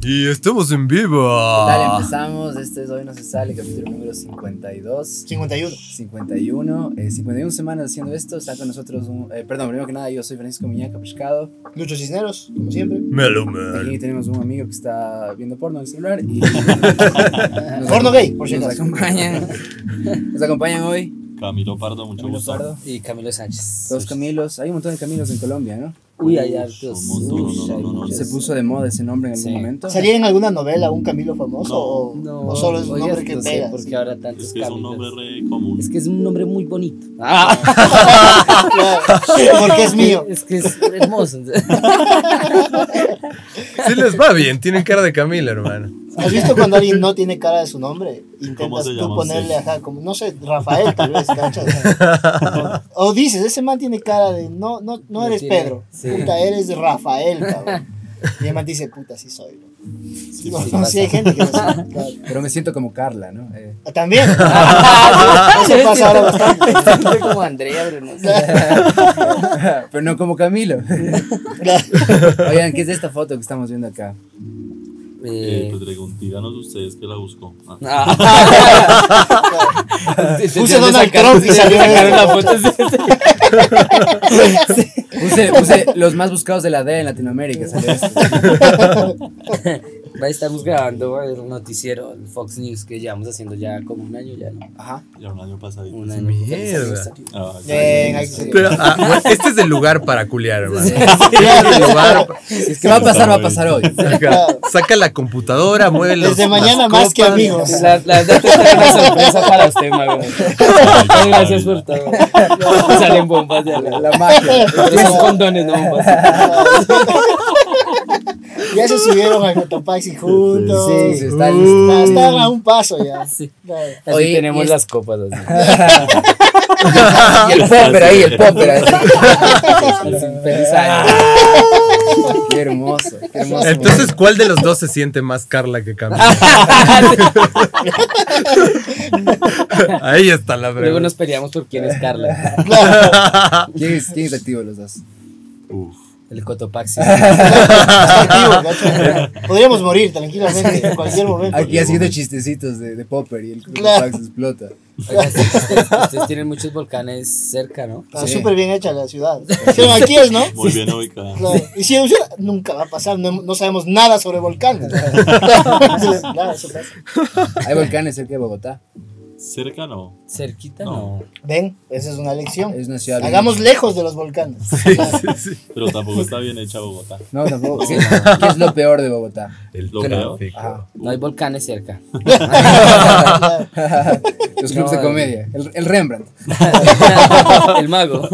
Y estamos en vivo. Dale, empezamos. Este es Hoy No Se Sale, capítulo número 52. 51 semanas haciendo esto. Está con nosotros primero que nada, yo soy Francisco Muñeca Pescado. Lucho Cisneros, como siempre. Mellow Man. Aquí tenemos un amigo que está viendo porno en el celular. Y Porno gay, por si nos acaso. acompañan hoy Camilo Pardo, mucho Camilo gusto. Pardo. Y Camilo Sánchez. Dos Camilos. Hay un montón de Camilos en Colombia, ¿no? Uy, hay hartos. No. Se puso de moda ese nombre en algún Sí. momento. ¿Salía en alguna novela un Camilo famoso No. o solo es un oye, nombre que no sé pega? por qué ahora tantos Es que es un Camilos. nombre re común. Es que es un nombre muy bonito. Claro, porque es mío. Es que es hermoso. Sí les va bien, tienen cara de Camila, hermano. ¿Has visto cuando alguien no tiene cara de su nombre? ¿Cómo Intentas se tú llama ponerle, usted? ajá, como, no sé, Rafael tal vez, ¿cachas? O dices, ese man tiene cara de, no eres tiene, Pedro, sí. puta, eres Rafael, cabrón. Y el man dice, puta, sí soy, bro. Sí, No, sí. no, sí hay gente que no sabe, claro. Pero me siento como Carla, ¿no? También. Eso pasa ahora bastante. Bastante como Andrea, pero no sé. Pero no como Camilo. Claro. Oigan, ¿qué es esta foto que estamos viendo acá? Pues díganos ustedes que la buscó. Puse Donald Trump y salió sacaron la foto. Puse los más buscados de la DEA en Latinoamérica. Salió esto. Estamos grabando el noticiero, el Fox News, que llevamos haciendo ya como un año ya, ¿no? Ajá. Ya un año pasado. Un año. Mierda. Bien, hay que Pero, bueno, este es el lugar para culiar, hermano. Sí. Este es el lugar. Si es que va a pasar hoy. Saca la computadora, mueve los. Desde mañana las más que copas. amigos. La verdad te traigo una sorpresa para usted, Mago. Gracias por todo. Salen bombas de la La magia. Pero son condones, no bombas. Ya se subieron al Cotopaxi juntos. Sí, sí, está Están a un paso ya. Sí. Claro. Así Oye, tenemos y las copas así. Y el popper ahí, el popper ahí. Así, feliz año. Qué hermoso, qué hermoso. Entonces, ¿cuál de los dos se siente más Carla que Camila? Ahí está la Luego pregunta. nos peleamos por quién es Carla. ¿Quién es activo de los dos? Uf. El Cotopaxi. Está activo, ¿cachai? Podríamos morir tranquilamente en cualquier momento. Aquí haciendo chistecitos de popper y el Claro. Cotopaxi explota. Oigan, ustedes tienen muchos volcanes cerca, ¿no? Está Sí. súper bien hecha la ciudad. Hicieron aquí es, ¿no? Muy bien ubicada. Claro. Hicieron, nunca va a pasar, no sabemos nada sobre volcanes. Claro, eso pasa. Hay volcanes cerca de Bogotá. Cerca no. Cerquita No. no. Ven, esa es una lección. Es una ciudad bien Hagamos hecha. lejos de los volcanes. Pero tampoco está bien hecha Bogotá. No, tampoco. ¿Qué es lo peor de Bogotá? El Lo creo. tráfico. Ajá. No hay volcanes cerca. Los clubes de comedia. El Rembrandt. El mago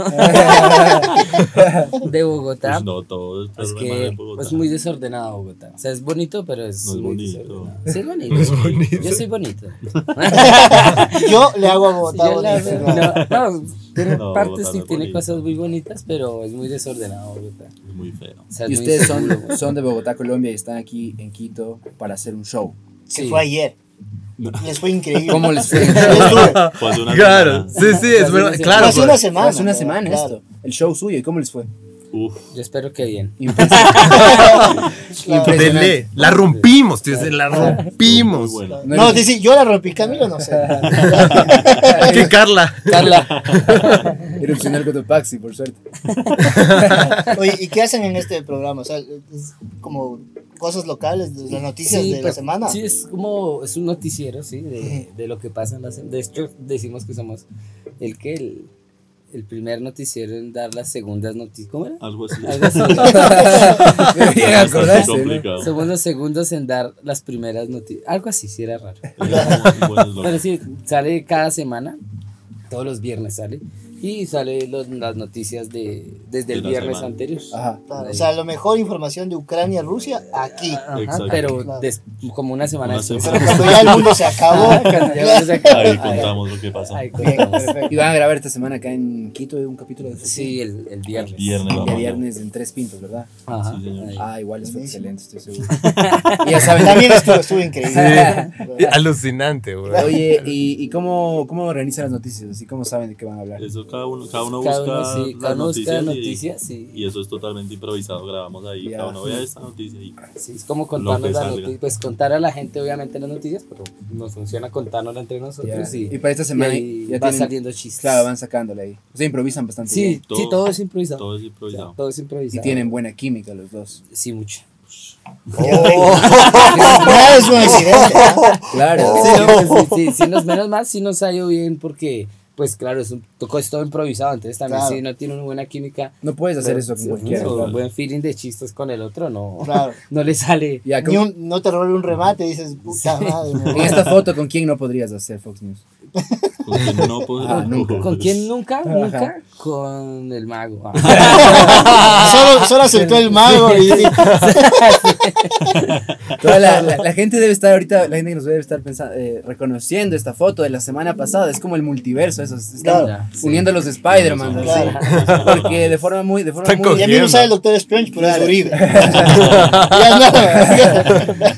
de Bogotá. Pues no, todo es Es problema de que Bogotá. es muy desordenado Bogotá. O sea, es bonito, pero es No es muy bonito. desordenado. Sí, es bonito. No es bonito. Yo soy bonito. Yo le hago a Bogotá Yo la- bonito. no, tiene No, partes Bogotá y no es tiene bonito. cosas muy bonitas, pero es muy desordenado Bogotá. Es muy feo. O sea, Y es muy ustedes inseguro. son de Bogotá, Colombia y están aquí en Quito para hacer un show. Que Sí. fue ayer. Les fue increíble. ¿Cómo les fue? Yo estuve. Fue hace una Claro, semana. sí, es verdad. Hace Claro, Hace pues. una semana. Hace una semana claro. esto. El show suyo. ¿Y cómo les fue? Uf. Yo espero que bien. Impresionante. Dele, la rompimos, tío, la rompimos. Muy buena. No, dice, yo la rompí, Camilo no sé. ¿Qué Carla? Carla. Erupcionó el Cotopaxi, por suerte. Oye, ¿y qué hacen en este programa? O sea, es como cosas locales, de las noticias de la pues, semana. Sí, es un noticiero, sí, de lo que pasa en la semana. De hecho, decimos que somos el primer noticiero en dar las segundas noticias. ¿Cómo era? Algo así. Algo así. Deberían Bastante acordarse, ¿no? complicado. Somos los segundos en dar las primeras noticias. Algo así, sí era raro. Es un buen eslogan. Pero sí, sale cada semana, todos los viernes sale. Y sale las noticias desde el la viernes semana. anterior. Ajá. Claro, o sea, la mejor información de Ucrania, Rusia, aquí. Ajá, Exacto. pero Claro. como una semana Una después. semana. Pero cuando ya el mundo se acabó. Cuando ya se acabó, Ahí contamos lo que pasó. ahí Bien, contamos. perfecto. Y van a grabar esta semana acá en Quito un capítulo de Sí, el viernes. Viernes El vamos. viernes en 3 Pintos, ¿verdad? Ajá. Sí, señor. ahí. Ah, igual es Buenísimo. excelente, estoy seguro. Y ya saben, También estuvo increíble. Alucinante, güey. oye, ¿y cómo organizan las noticias? Así cómo saben de qué van a hablar? Eso cada uno busca sí, cada las uno busca noticias, noticias y eso es totalmente improvisado, grabamos ahí, Ya. cada uno vea esta noticia y sí, es como Lo contarnos que las salga. noticias, pues contar a la gente obviamente las noticias, pero nos funciona contárnosla entre Ya. nosotros Y para esta y semana ahí ya va tienen, saliendo chistes. claro, van sacándole ahí. O sea, improvisan bastante Sí, bien. sí, todo es improvisado. todo es improvisado. Todo es Y improvisado. tienen buena química los dos. Sí, mucho. Nada es un accidente. ¿Ah? Claro. Sí, no, pues, sí, menos mal sí nos ha ido bien porque, pues claro, es todo improvisado, entonces también Claro. si no tiene una buena química, No puedes hacer eso con cualquiera. o claro. un buen feeling de chistes con el otro, no, Claro. no le sale. Ya, Ni no te robe un remate y dices, puta madre. en esta foto, ¿con quién no podrías hacer Fox News? Con quien no podrá- nunca. ¿Con quién nunca? Ajá. Nunca. Con el mago. Ah. Solo aceptó el mago y Toda la gente debe estar ahorita, la gente que nos debe estar pensando, reconociendo esta foto de la semana pasada. Es como el multiverso, eso. Están Claro. uniendo los de Spider-Man. Claro. así. Porque de forma muy. y a mí no cogiendo. sabe el doctor Strange, pero es Uribe. Ya nada.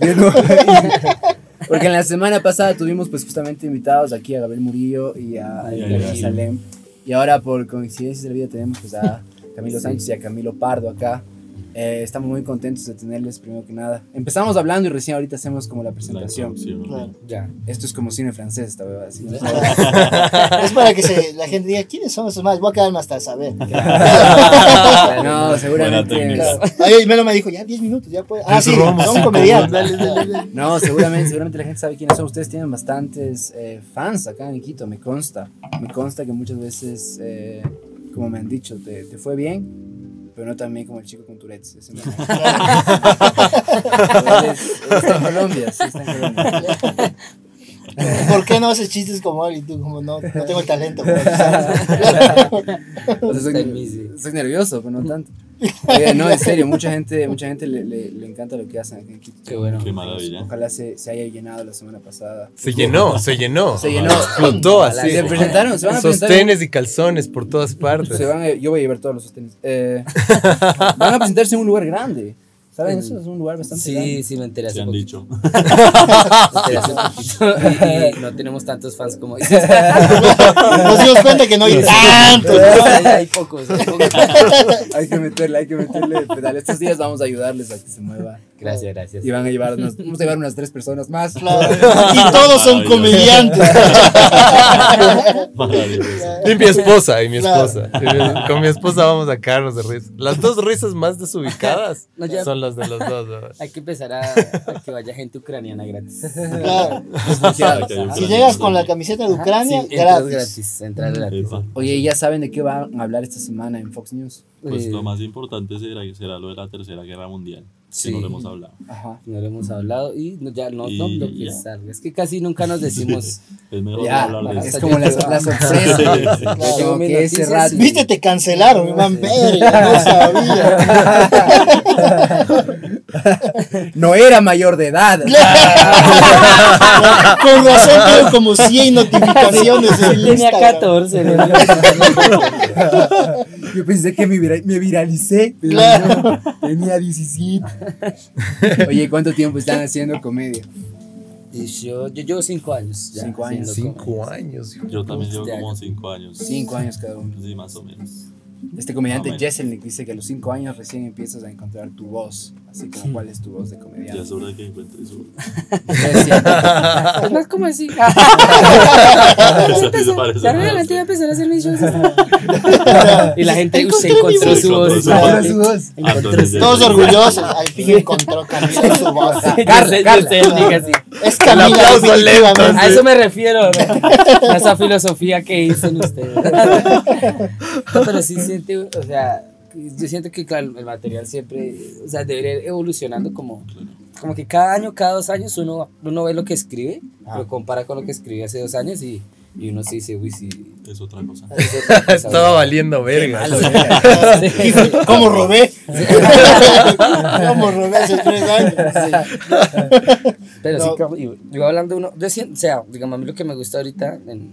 Porque en la semana pasada tuvimos pues justamente invitados aquí a Gabriel Murillo y a Y a Jerusalén. Y ahora por coincidencias de la vida tenemos pues a Camilo Sánchez y a Camilo Pardo acá. Estamos muy contentos de tenerles primero que nada. Empezamos hablando y recién ahorita hacemos como la La presentación. introducción, Claro. Ya. Esto es como cine francés esta hueva así. Es para que la gente diga, ¿quiénes son esos más? Voy a quedarme hasta saber. No, seguramente. Buena técnica. Claro. Ahí Melo me dijo, ya 10 minutos, ya puede. Ah, Es sí, Romo, son sí, comediantes. No, seguramente la gente sabe quiénes son. Ustedes tienen bastantes fans acá en Iquitos, me consta. Me consta que muchas veces, como me han dicho, te fue bien, pero no tan bien como el chico con Tourette. Ese no. Él está en Colombia, sí, está en Colombia. ¿Por qué no haces chistes como él y tú como no tengo el talento? O sea, Está en mí, sí. soy nervioso, pero no tanto. No, en serio, mucha gente le encanta lo que hacen aquí en Iquitos. Qué bueno. Qué maravilla. Ojalá se haya llenado la semana pasada. Se llenó. Se llenó. Explotó así. Se presentaron, se van a presentar. Sostenes y calzones por todas partes. Yo voy a llevar todos los sostenes. Van a presentarse en un lugar grande. ¿Saben eso? Es un lugar bastante grande. Sí, sí, me enteré Se hace han poquito. dicho. Me enteré hace poquito. Y no tenemos tantos fans como dices. Nos dimos cuenta que no hay tanto. Hay pocos. Hay que meterle pedal. Estos días vamos a ayudarles a que se mueva. Gracias, gracias. Y vamos a llevar unas 3 personas más. Claro. Y todos son comediantes. Maravilloso. Y mi esposa, Claro. Con mi esposa vamos a cagarnos de risa. Las dos risas más desubicadas No, ya- son las de los dos. ¿no? Hay que empezar a que vaya gente ucraniana gratis. Claro. Desbloqueados. Que hay un Si llegas con la camiseta de Ucrania, gratis. Entrar gratis. Epa. Oye, ¿y ya saben de qué van a hablar esta semana en Fox News? Pues Eh, lo más importante será lo de la Tercera Guerra Mundial, Sí. que no lo hemos hablado. Ajá. No lo hemos hablado y ya no Y lo que ya. salga. Es que casi nunca nos decimos. Es mejor Ya, no hablar de es eso. como la sorpresa. Claro. Como Mis que ese noticias, rato. sí. Viste, te cancelaron, mi man, verga, no sabía. No era mayor de edad. Con razón tengo como 100 notificaciones en Tenía Instagram. 14. ¿no? Yo pensé que me viralicé, pero Claro. no, tenía 17. Oye, ¿cuánto tiempo están haciendo comedia? Y yo llevo 5 años. Ya, 5 años. haciendo 5 años. hijo. Yo también llevo Este como año. 5 años. 5 años cada uno. Sí, más o menos. Este comediante Ah, bueno. Jesselnik dice que a los 5 años recién empiezas a encontrar tu voz. Así como cuál es tu voz de Ya comediante. es hora de que encuentre su. Es cierto. Es más como así. Esa sí se parece Ya más. adelante voy a empezar a hacer mis shows. Y la gente Encontré se encontró mi su voz. voz. Encontró su voz. Encontró su Todos orgullosos. Al fin encontró Camila su voz. Carla. Así. Es Camila, El aplauso definitivamente. lento. A eso me refiero, ¿no? A esa filosofía que dicen ustedes. No, pero sí siente, o sea, yo siento que claro, el material siempre, o sea, debería ir evolucionando como que cada año, cada 2 años uno ve lo que escribe, lo compara con lo que escribí hace 2 años y uno se dice, uy, sí. Es otra cosa. es otra cosa, Estaba valiendo verga. ¿Cómo robé? ¿Cómo robé hace 3 años? Pero No. sí, yo hablando de uno, o sea, digamos, a mí lo que me gusta ahorita en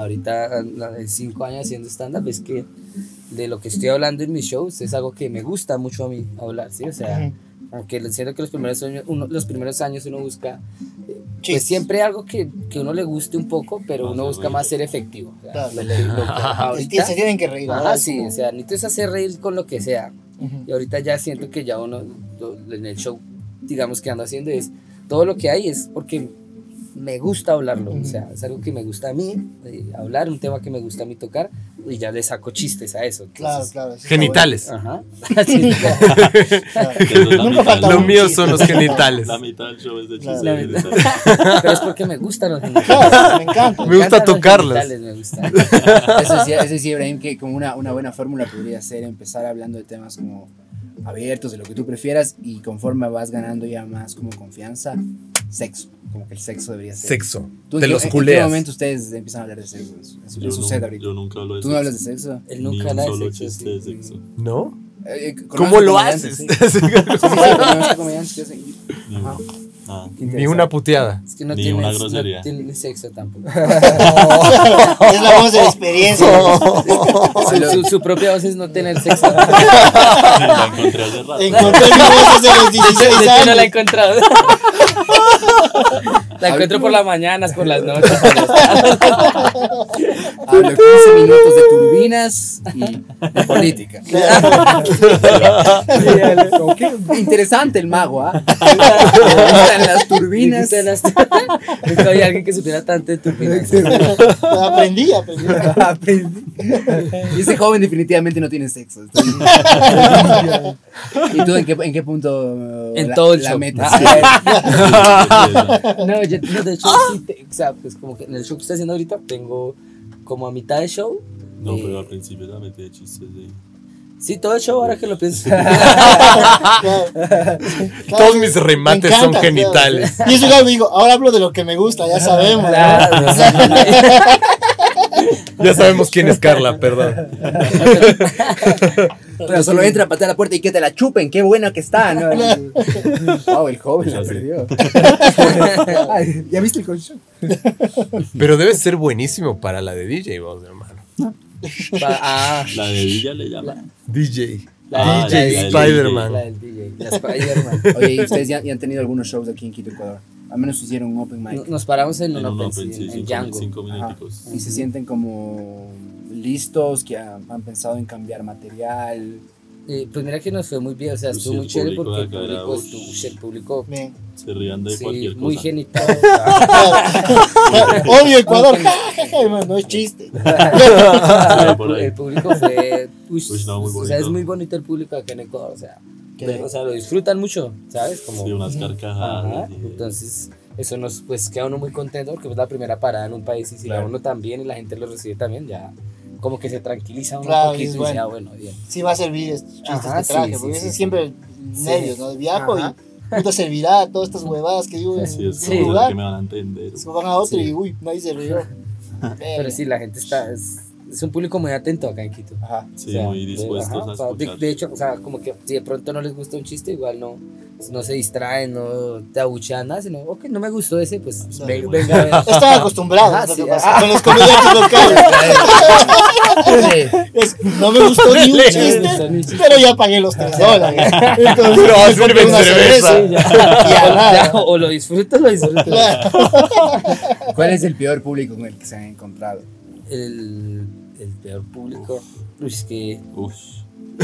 5 años haciendo stand-up es que de lo que estoy hablando en mis shows es algo que me gusta mucho a mí hablar, ¿sí? O sea, aunque siento que los primeros años uno busca pues siempre algo que uno le guste un poco, pero uno busca más ser efectivo. O sea, Claro. Se tienen que reír. Ajá, ¿verdad? sí, o sea, necesitas hacer reír con lo que sea. Y ahorita ya siento que ya uno, en el show, digamos que ando haciendo es, todo lo que hay es porque me gusta hablarlo, o sea, es algo que me gusta a mí, hablar, un tema que me gusta a mí tocar, y ya le saco chistes a eso. Entonces, Claro. Eso está Genitales. Ajá. Sí, bueno. Claro. Nunca falta Lo un mío chiste. son los genitales. La mitad del show es de Claro. chistes. pero es porque me gustan los genitales. Claro, me encanta. Me gusta encantan los tocarlos. genitales, me gustan. Eso sí, Ibrahim, que como una buena fórmula podría ser empezar hablando de temas como abiertos, de lo que tú prefieras, y conforme vas ganando ya más como confianza, sexo. Como que el sexo debería ser. Sexo. ¿Tú Te en los qué culeas. momento ustedes empiezan a hablar de sexo? Eso sucede ahorita. Yo nunca hablo de ¿Tú sexo. no hablas de sexo? Él Ni nunca un habla de solo sexo, chiste sí. de sexo. ¿No? ¿Conozco ¿Cómo lo comediantes, haces? Sí, conozco comediantes que hacen. Ni Ajá. nada. Ni una puteada. Es que no Ni tiene, una grosería. no tiene sexo tampoco. Es la voz de la experiencia. Su propia voz es no tener sexo. La encontré hace rato. Encontré mi voz desde los 16 De hecho, no la he años. encontrado. La encuentro por las mañanas, por las noches. Hablo 15 minutos de turbinas y de política. Como que interesante el mago, ¿ah? Me gustan las turbinas. Nunca había alguien que supiera tanto de turbinas. Aprendí. Aprendí. Y ese joven definitivamente no tiene sexo. ¿Y tú en qué punto En todo el show. metes? No, de hecho, sí, o sea, pues como que en el show que estoy haciendo ahorita tengo como a mitad de show. No, pero al principio la metí de chistes de... Sí, todo el show ahora que lo pienso. Todos mis remates son genitales. Y eso ya me digo, ahora hablo de lo que me gusta, ya sabemos. ¿no? Claro, Ya sabemos quién es Carla, perdón. Pero solo entra a patear la puerta y que te la chupen, qué bueno que está, ¿no? Wow, el joven la perdió. Ay, ¿ya viste el colchón? Pero debe ser buenísimo para la de DJ, vos, hermano. La de Villa le llama. DJ. Ah, DJ la del Spider-Man. La del DJ, la Spider-Man. Oye, ¿y ustedes ya han tenido algunos shows aquí en Quito, Ecuador? Al menos hicieron un open mic. Nos paramos en En un un open, open, sí, en Django. 5 Ajá. minuticos. Y se sienten como listos, que han pensado en cambiar material. Pues mira que nos fue muy bien, o sea, Pues estuvo sí, muy el chévere público porque el de acá era, público, ush. el público Bien. Se rían de sí, cualquier cosa. muy genital. Obvio, Ecuador. Hermano, no es chiste. por ahí. El público fue, Uy, no, muy o sea, es bonito. muy bonito el público acá en Ecuador, o sea, ¿Qué? o sea, lo disfrutan mucho, ¿sabes? Como, Sí, unas ajá, carcajadas. y- entonces eso nos pues queda uno muy contento porque es la primera parada en un país y si Claro. va uno también y la gente lo recibe también, ya como que se tranquiliza uno Claro, un poquito es y dice, bueno. ah, bueno, bien. Sí va a servir estos chistes Ajá, que traje, sí, porque sí, ese es sí. siempre nervios, ¿no? Viajo Ajá. y puta servirá todas estas huevadas que digo en Sí, es un como lugar. que me van a entender. Se van a otro Sí. y uy, nadie se rió. Pero sí, la gente está, es un público muy atento acá en Quito. Ajá. Sí, O sea, muy dispuestos ajá, a o sea, escuchar. de hecho, o sea, como que si de pronto no les gusta un chiste, igual no se distraen, no te abuchean nada, sino, ok, no me gustó ese, pues Sí, venga, bueno. venga a ver. Están acostumbrados Ajá, a lo sí, que pasa con los comediantes locales. No me gustó ni un me chiste, gustó ni un chiste. pero ya pagué los $3. Entonces, Pero me sirve compré una cerveza. Sí, ya. Y a nada. O lo disfruto, lo disfruto. Claro. ¿Cuál es el peor público con el que se han encontrado? El peor público, es que, Ush,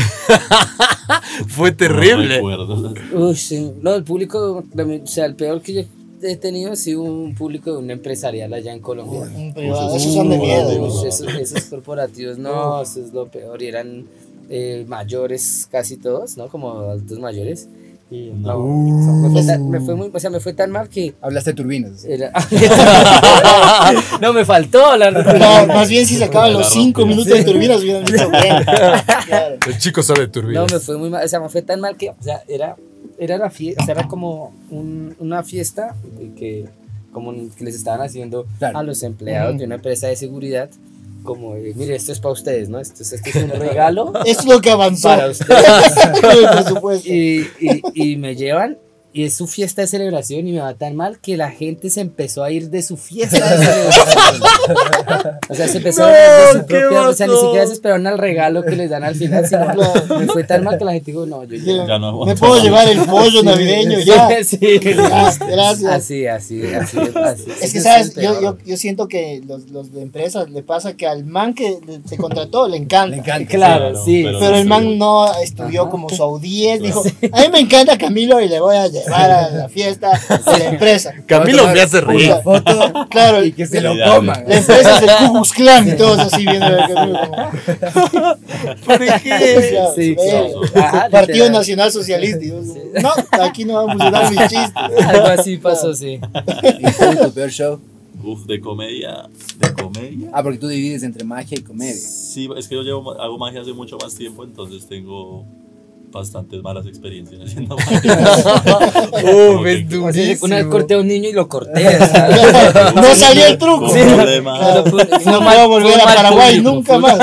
Fue no terrible. recuerdo. sí, no, el público, o sea, el peor que yo he tenido ha sido un público de una empresarial allá en Colombia. Un privado, esos son de miedo. Uy, esos corporativos, no, eso es lo peor. Y eran mayores casi todos, ¿no? Como adultos mayores. Y no, me fue muy, o sea, me fue tan mal que Hablaste de turbinas. era... No, me faltó hablar de No, más bien si se acaban los La 5 rompieron. minutos de turbinas hubieran dicho bien. Claro. El chico sabe de No, turbinas. me fue muy mal, o sea, me fue tan mal que, o sea, era la fiesta, o sea, era como una fiesta que les estaban haciendo Claro. a los empleados de una empresa de seguridad, como, mire, esto es para ustedes, ¿no? Esto es un regalo Esto es lo que avanzó. para ustedes. Por supuesto. Y me llevan Y es su fiesta de celebración y me va tan mal que la gente se empezó a ir de su fiesta de celebración. O sea, se empezó a ir de su propia, o sea, ni siquiera se esperaron al regalo que les dan al final, sino me fue tan mal que la gente dijo, no, yo Ya no aguanto. Me puedo llevar el pollo navideño ya. Sí, Gracias. así. Es que, ¿sabes? Yo siento que los de empresas le pasa que al man que te contrató le encanta. Claro, sí. Pero el man no estudió como su audiez. Dijo, a mí me encanta Camilo y le voy a llevar a la fiesta de la empresa. Camilo me hace reír. Una foto Claro, y que se lo Validable. coman. la empresa es el Ku Klux Klan y todos así viendo a Camilo como, ¿Por qué? Sí, "Ve, Ajá, Partido literal. Nacional Socialista". Y yo, no, aquí no va a funcionar mi chiste. Algo así pasó, sí. ¿Y tú, tu peor show? Uf, de comedia. ¿De comedia? Ah, porque tú divides entre magia y comedia. Sí, es que hago magia hace mucho más tiempo, entonces tengo bastantes malas experiencias haciendo magia. Es Una vez durísimo. corté a un niño y lo corté. O sea, No salió el truco. Con problemas. No puedo volver a Paraguay nunca más.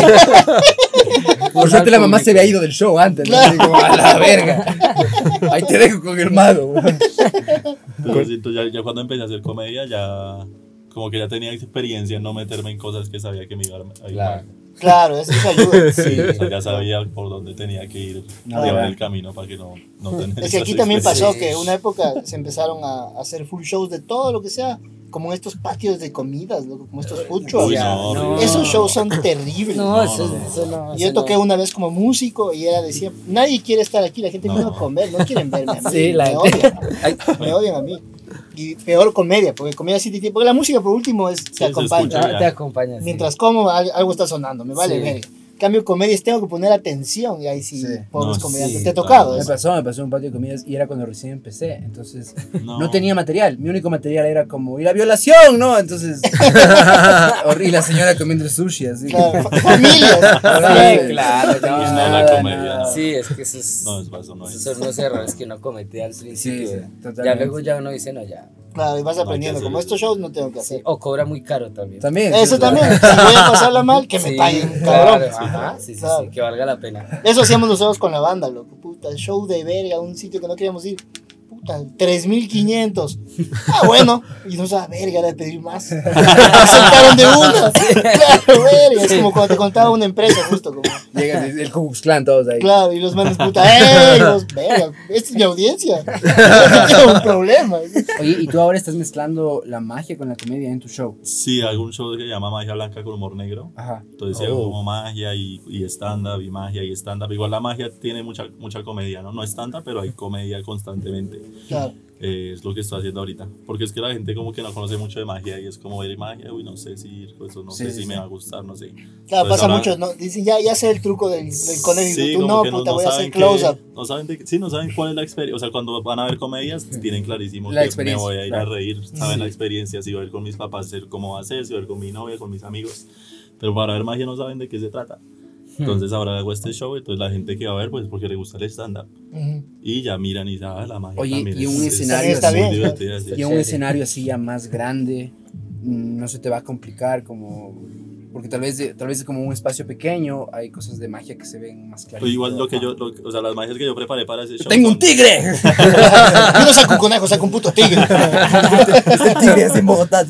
Por suerte la mamá se había ido del show antes, ¿no? Así como, a la verga. Ahí te dejo con el mago. Pero siento, ya cuando empecé a hacer comedia, ya como que ya tenía experiencia en no meterme en cosas que sabía que me iban a ir mal. Claro, eso ayuda. Sí, o sea, ya sabía por dónde tenía que ir, llevar el camino para que no tener Es que aquí esas también pasó experiencias. que una época se empezaron a hacer full shows de todo lo que sea, como en estos patios de comidas, loco, como estos food trucks. Uy, no, No. horrible. Esos shows son terribles. no, No, eso no. no. Yo eso toqué no. una vez como músico y ella decía, nadie quiere estar aquí, la gente vino a comer, no quieren verme a mí, Sí, la me gente- odian, me odian a mí. Y peor comedia, porque comedia sí tiene, porque la música por último se se acompaña. escucha. Te acompañas. sí. Mientras como algo está sonando, me vale Sí. verga. Cambio comedia, tengo que poner atención y ahí sí, Sí. pobres No, comediantes. sí, ¿Te ha tocado Me eso? pasó en un patio de comidas y era cuando recién empecé. Entonces No. no tenía material. Mi único material era como, y la violación, ¿no? Entonces. Y la señora comiendo sushi, así. Claro, familias. Sí, claro. No, No, la comedia, no. Sí, es que esos, No, eso no esos es. son los errores que uno comete al principio. Sí, ya totalmente. luego ya uno dice, no, ya. Claro, y vas No hay aprendiendo. que Como hacer estos shows no tengo que Sí, hacer. o cobra muy caro también. También. Eso sí, también. Si claro. voy a pasarla mal, que me Sí, paguen, claro, cabrón. ajá, sí, Claro. que valga la pena. Eso hacíamos nosotros con la banda, loco. Puta, show de verga, un sitio que no queríamos ir. Puta, 3.500. Ah, bueno. Y nos a verga, era de pedir más. Aceptaron de una. Claro, verga. Es como cuando te contaba una empresa, justo como. Llega el Ku Klux Klan, todos ahí. Claro, y los manes, puta, ¡ey! Los, verga, esta es mi audiencia. Yo tengo un problema. Oye, y tú ahora estás mezclando la magia con la comedia en tu show. Sí, hago un show que se llama Magia Blanca con Humor Negro. Ajá. Entonces sí, hago como magia y stand-up y magia y stand-up. Igual la magia tiene mucha comedia, ¿no? No es stand-up, pero hay comedia constantemente. Claro. Es lo que estoy haciendo ahorita. Porque es que la gente como que no conoce mucho de magia y es como ver magia, uy, no sé si ir, pues, no Sí, sé sí, si sí. me va a gustar, no sé. Claro, Entonces, pasa ahora- mucho, ¿no? Dicen, ya sé el truco del conejo. Sí, Tú como no, que puta, voy a hacer saben close-up. no saben no saben cuál es la experiencia. O sea, cuando van a ver comedias, tienen clarísimo La que me experiencia, voy a ir claro. a reír. Saben Sí. la experiencia, si voy a ir con mis papás, ser cómo va a ser, si voy a ir con mi novia, con mis amigos. Pero para ver magia no saben de qué se trata. Entonces ahora hago este show, entonces la gente que va a ver, pues porque le gusta el stand-up. Ujú. Y ya miran y saben, la magia Oye, también y un es escenario está muy bien, divertida, sí. Y en un chévere. escenario así ya más grande, no se te va a complicar como... Porque tal vez es como un espacio pequeño, hay cosas de magia que se ven más claras. Pues igual o sea, las magias que yo preparé para ese show. ¡Tengo un son- tigre! Yo no saco un conejo, saco un puto tigre. Este tigre es en Bogotá.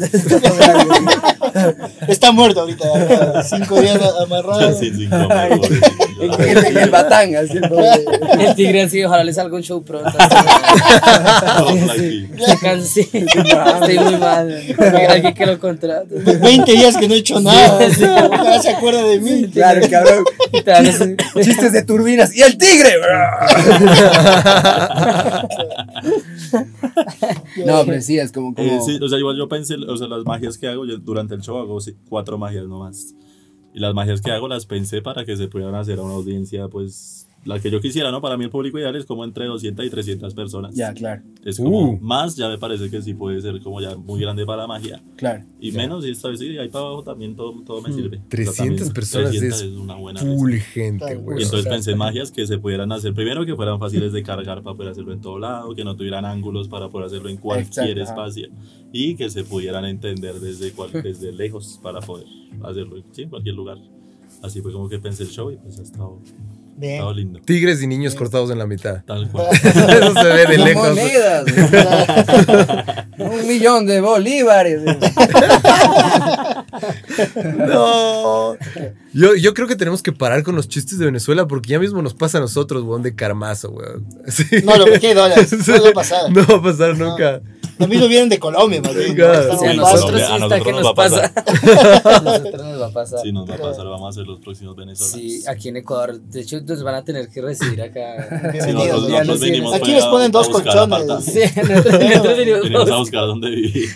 Está muerto ahorita. 5 días amarrado. Sí, sin comer, En el batán, así El tigre así, ojalá le salga un show pronto. aquí. Sí, estoy muy mal. Alguien que lo contrate. 20 días que no he hecho nada. Ojalá se acuerda de mí. Claro, cabrón. Te dan ese- Chistes de turbinas. ¡Y el tigre! No, pero sí, es como... Sí, o sea, igual yo pensé, o sea, las magias que hago, yo durante el show hago 4 magias nomás. Y las magias que hago las pensé para que se pudieran hacer a una audiencia, pues, la que yo quisiera, ¿no? Para mí el público ideal es como entre 200 y 300 personas. Ya, claro. Es como más, ya me parece que sí puede ser como ya muy grande para la magia. Claro. Y menos, y esta vez sí, ahí para abajo también todo me sirve. O sea, 300 también personas 300 es una buena full vez. gente, Claro. güey. Y entonces pensé en magias que se pudieran hacer, primero que fueran fáciles de cargar para poder hacerlo en todo lado, que no tuvieran ángulos para poder hacerlo en cualquier Exacto, ajá. espacio y que se pudieran entender desde lejos para poder hacerlo en cualquier lugar. Así fue como que pensé el show y pues ha estado Bien. Estaba lindo. Tigres y niños cortados en la mitad. Tal cual. Eso se ve de Con lejos. monedas. 1.000.000 de bolívares. No. Yo creo que tenemos que parar con los chistes de Venezuela porque ya mismo nos pasa a nosotros, weón, de carmazo, weón. Sí. No, lo que quede dólares. No va a pasar. No va a pasar nunca. Lo mismo vienen de Colombia, más bien. Claro. Estamos O sea, a en nosotros paz. sí A está nosotros que nos nos va a pasa. A nosotros nos va a pasar. Sí, nos va a pasar, vamos a ser los próximos venezolanos. Sí, aquí en Ecuador. De hecho, nos van a tener que recibir acá. Sí, Bienvenidos. nosotros venimos Aquí fue les a- ponen a dos buscar colchones. aparta- Sí, nosotros Venimos a buscar dónde vivir.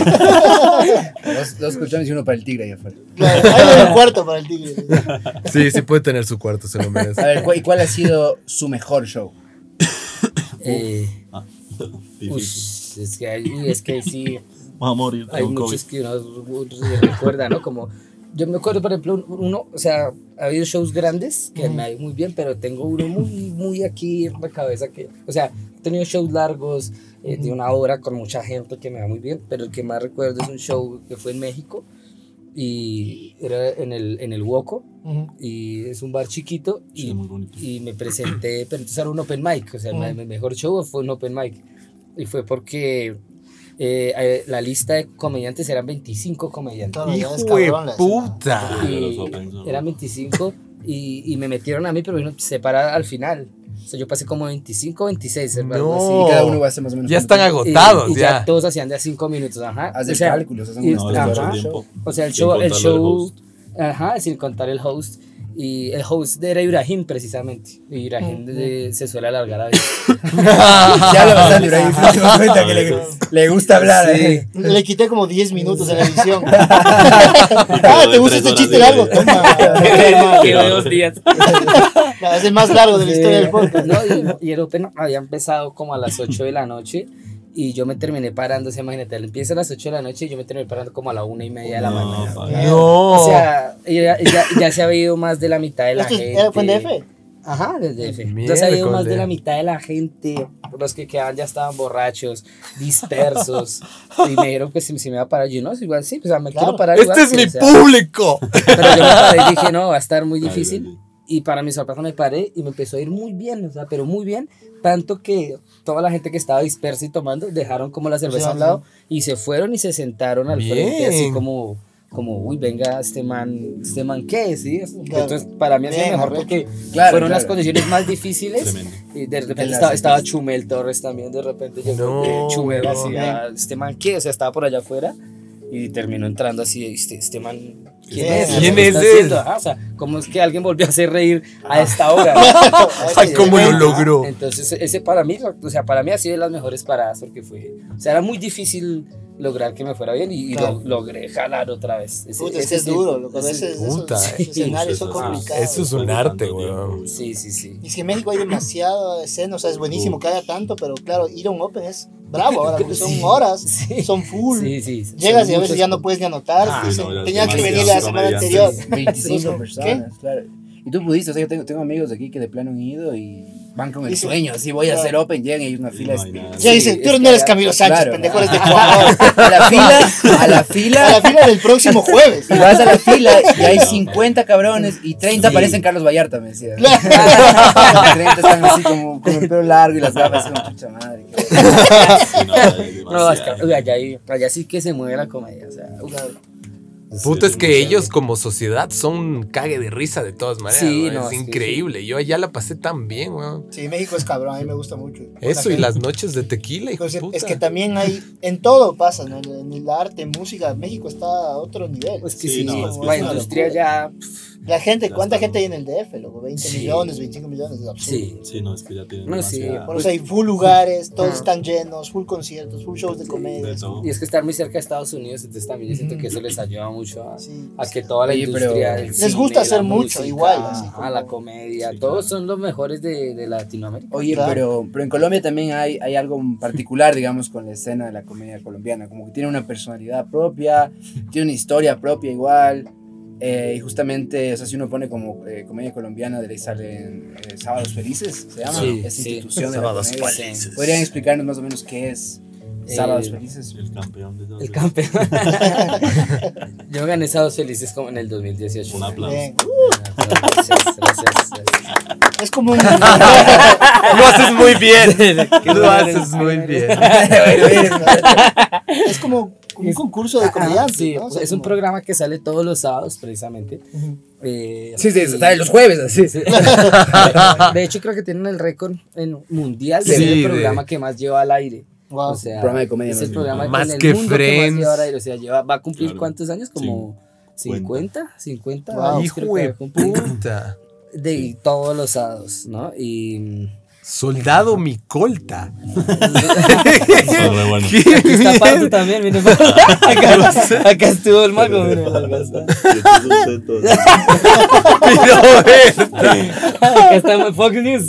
Dos colchones y uno para el tigre ahí afuera. Claro, hay un cuarto para el tigre. Sí, sí puede tener su cuarto, se lo merece. A ver, ¿y cuál ha sido su mejor show? Difícil. Es que ahí sí. Vamos a morir Hay con COVID. muchos que uno recuerda, ¿no? Como yo me acuerdo, por ejemplo, uno, o sea, ha habido shows grandes que me ha ido muy bien, pero tengo uno muy aquí en la cabeza que, o sea, he tenido shows largos de una hora con mucha gente que me va muy bien, pero el que más recuerdo es un show que fue en México y era en el Woco y es un bar chiquito Sí, muy bonito. y me presenté, pero entonces era un open mic, o sea, el mejor show fue un open mic y fue porque la lista de comediantes eran 25 comediantes. Todo, ya es Hijo de cabrón la puta. Sí, de los Y Opens, ¿no? eran 25 y me metieron a mí, pero vino separada al final. O sea, yo pasé como 25, 26, algo No. así. Y cada uno va a ser más o menos. Ya están ¿cuánto? agotados, Y ya. todos hacían de a 5 minutos, ajá. Haz O el sea, cálculo, hacen y- unas No, tres es horas mucho de tiempo. o sea, el Sin show, contar lo del host. ajá, sin contar el host. Y el host era Ibrahim, precisamente. Y Ibrahim se suele alargar a veces. Ya lo bastante, pero ahí nos dimos cuenta que le gusta hablar. Sí. Le quité como 10 minutos en la edición. Ah, ¿te gusta este chiste largo? Toma. Quedó 2 días. Es el más largo de la historia del podcast. No, y el Open había empezado como a las 8 de la noche y yo me terminé parando, imagínate, empieza a las 8 de la noche y yo me terminé parando como a la 1:30 de la mañana. No. O sea, ya se había ido más de la mitad de la ¿Esto gente. fue en DF? Ajá, desde DF. Ya se había ido más de Miércoles. la mitad de la gente. Los que quedaban ya estaban borrachos, dispersos. Y me dijeron que si me iba a parar. Yo no, igual sí, pues me Claro. quiero parar. Este igual, es sí, mi o sea. público. Pero yo me paré y dije, no, va a estar muy Ay, difícil. vale. Y para mi sorpresa me paré y me empezó a ir muy bien, o sea, pero muy bien. Tanto que toda la gente que estaba dispersa y tomando dejaron como la cerveza a un lado y se fueron y se sentaron al frente, así Bien. como, uy, venga, este man, ¿qué? ¿Sí? Claro. Entonces, para mí ha sido Bien, mejor arrecho. porque Claro, fueron las claro. condiciones más difíciles. Tremendo. Y de repente En las estaba empresas. Chumel Torres también, de repente llegó No, Chumel así, bien. este man, ¿qué? O sea, estaba por allá afuera y terminó entrando así, este man, ¿quién Bien. es? ¿Quién ¿Qué es está él? haciendo? Ajá, o sea, ¿cómo es que alguien volvió a hacer reír a esta hora? Ay, cómo lo logró. Entonces, ese para mí, o sea, para mí ha sido de las mejores paradas porque o sea, era muy difícil lograr que me fuera bien y Claro. logré jalar otra vez. Puta, es que es duro, loco. A veces Puta. esos escenarios son Eso es- complicados. Eso es un arte, weón. Sí. Y es que en México hay demasiada escena, o sea, es buenísimo que haya tanto, pero claro, ir a un Open es bravo ahora, porque son Sí, horas, sí. son full. Sí. Llegas Son y a veces muchos- ya no puedes ni anotar. Ah, dicen, no, ya tenía que demasiados venir la semana anterior. comediantes. 25 ¿Qué? personas, claro. Y tú pudiste, o sea, yo tengo amigos de aquí que de plano han ido y van con el Dicen, sueño, así voy a claro. hacer Open, llegan y hay una fila. no hay nada. Ya dice, Sí, tú es no que eres ya- Camilo Sánchez, claro. pendejo, eres de Ecuador. A la fila, A la fila del próximo jueves. y vas a la fila y hay 50 cabrones y 30 Sí. parecen Carlos Vallarta, me decía. Claro. 30 están así como con el pelo largo y las gafas como chucha madre. Sí, no, ya es No, es demasiado. que allá sí que se mueve la comedia, o sea, uf. Puta, Sí, es que demasiado. ellos como sociedad son un cague de risa de todas maneras. Sí, weón. no, es es que increíble. Yo allá la pasé tan bien, weón. Sí, México es cabrón, a mí me gusta mucho. Eso La y las gente- noches de tequila, hijo Pues de es puta. que también hay, en todo pasa, ¿no? En el arte, en música, México está a otro nivel. Pues que Sí, sí, no, es que la es una industria locura. ya, La gente, Ya ¿cuánta está, gente ¿no? hay en el DF, loco? 20 Sí. millones, 25 millones, es absurdo. sí. Sí, no, es que ya tienen No, sí, demasiada- Por eso hay full lugares, todos Ajá. están llenos, full conciertos, full shows de comedia. de todo. Y es que estar muy cerca de Estados Unidos, entonces también yo siento que eso les ayuda mucho a, Sí. a que toda la Oye, pero industria del les cine, gusta hacer la mucho, música, igual, así a la como- comedia, Sí, todos claro. son los mejores de Latinoamérica. Oye, Claro. pero en Colombia también hay algo particular, digamos, con la escena de la comedia colombiana, como que tiene una personalidad propia, tiene una historia propia igual, y justamente, o sea, si uno pone como comedia colombiana, de ahí salen Sábados Felices, se llama, Sí, esa sí. institución de la Sábados comedia. Felices. ¿Podrían explicarnos más o menos qué es Sábados Eh, Felices? El campeón de todo. El campeón. Yo gané Sábados Felices como en el 2018. Un aplauso. Bien. Gracias. Es como un... Lo haces muy bien. Qué Lo bueno haces eres. muy bien. Es como un concurso de comediantes, Sí, ¿no? O sea, es un como- programa que sale todos los sábados, precisamente. Sí, sale los jueves, así. Sí. De hecho, creo que tienen el récord mundial de Sí, ser el de- programa que más lleva al aire. Wow. O sea, Programa de comedia es más el bien. programa Más en el que mundo que Friends. más lleva al aire. O sea, va a cumplir Claro. ¿cuántos años? Como 50 Wow. años Hijo creo que va de a cumplir. puta. De todos los sábados, ¿no? Y Soldado Micolta. Eso es re bueno. aquí está Pardo también, miren. Acá estuvo el mago, miren, acá está. Acá está el Fox News.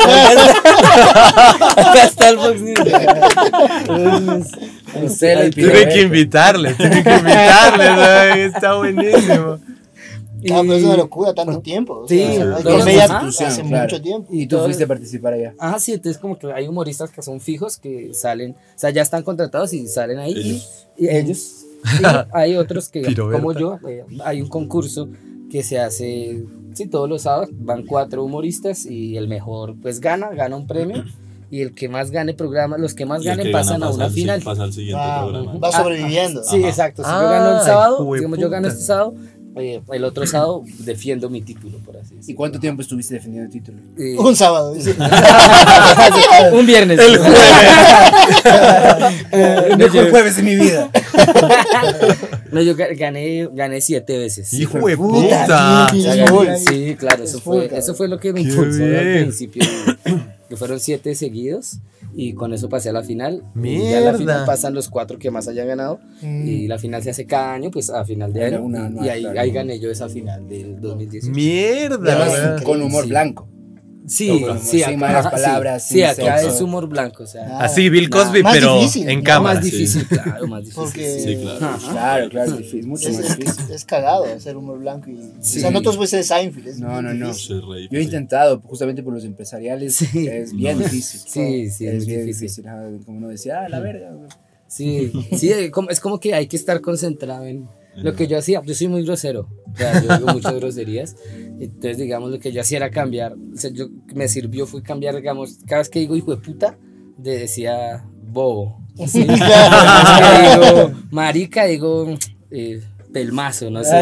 Acá está el Fox News. Tiene que invitarle, ¿no? Está buenísimo. Ah, pero es una locura tanto tiempo. O Sí, sea, hay todos comedia los- hace Ajá, claro. mucho tiempo. Y tú fuiste a participar allá. Ajá, sí, entonces como que hay humoristas que son fijos que salen, o sea, ya están contratados y salen ahí. Ellos. Y ellos. Y hay otros que, Piroberta. como yo, hay un concurso que se hace, sí, todos los sábados, van 4 humoristas y el mejor pues gana un premio. Y el que más gane programa, los que más Y el ganen que pasan gana a una pasa al- final. Pasa al siguiente Wow. programa. Va sobreviviendo. Sí, Ajá. exacto. Si yo Ah, gano el sábado, hijo de digamos, yo gano puta. este sábado, el otro sábado defiendo mi título, por así ¿Y decirlo. cuánto tiempo estuviste defendiendo el título? Un sábado. Dice. Un viernes. El El mejor jueves de mi vida. No, yo gané 7 veces. Hijo de Puta, puta. sí, O sea, sí, gané- sí. sí, claro, Es full, cabrón. eso fue lo que me Qué impulsó al bien. principio. Que fueron 7 seguidos y con eso pasé a la final. Y ya Mierda. en la final pasan los 4 que más hayan ganado. Y la final se hace cada año, pues a final de Era año. una anual, y ahí, claro. ahí gané yo esa final del 2018. Mierda. Además, ¿verdad? con humor Sí. blanco. Sí, Como sí, sin acá, malas ajá, palabras, sí, sin acá sexo. es humor blanco, o sea. Ah, Así, Bill Cosby, más pero difícil, en ¿no? cámara. Más difícil, claro, más difícil. Porque Sí, claro. Ajá. Claro, claro, es difícil, mucho es, más es, difícil. es cagado hacer humor blanco. Y, Sí. O sea, no todos pueden ser Seinfeld. Es No, no, no. difícil. Es re Yo he difícil. intentado, justamente por los empresariales, Sí. es bien difícil. Sí, sí, es es bien difícil. difícil. Ajá, como uno decía, la verga. güey. Sí, sí, es como que hay que estar concentrado en lo que yo hacía. Yo soy muy grosero, o sea, yo digo muchas groserías. Entonces, digamos, lo que yo hacía era cambiar. O sea, me sirvió fue cambiar, digamos, cada vez que digo hijo de puta, decía bobo. ¿sí? Cada vez que digo marica, digo pelmazo, no sé.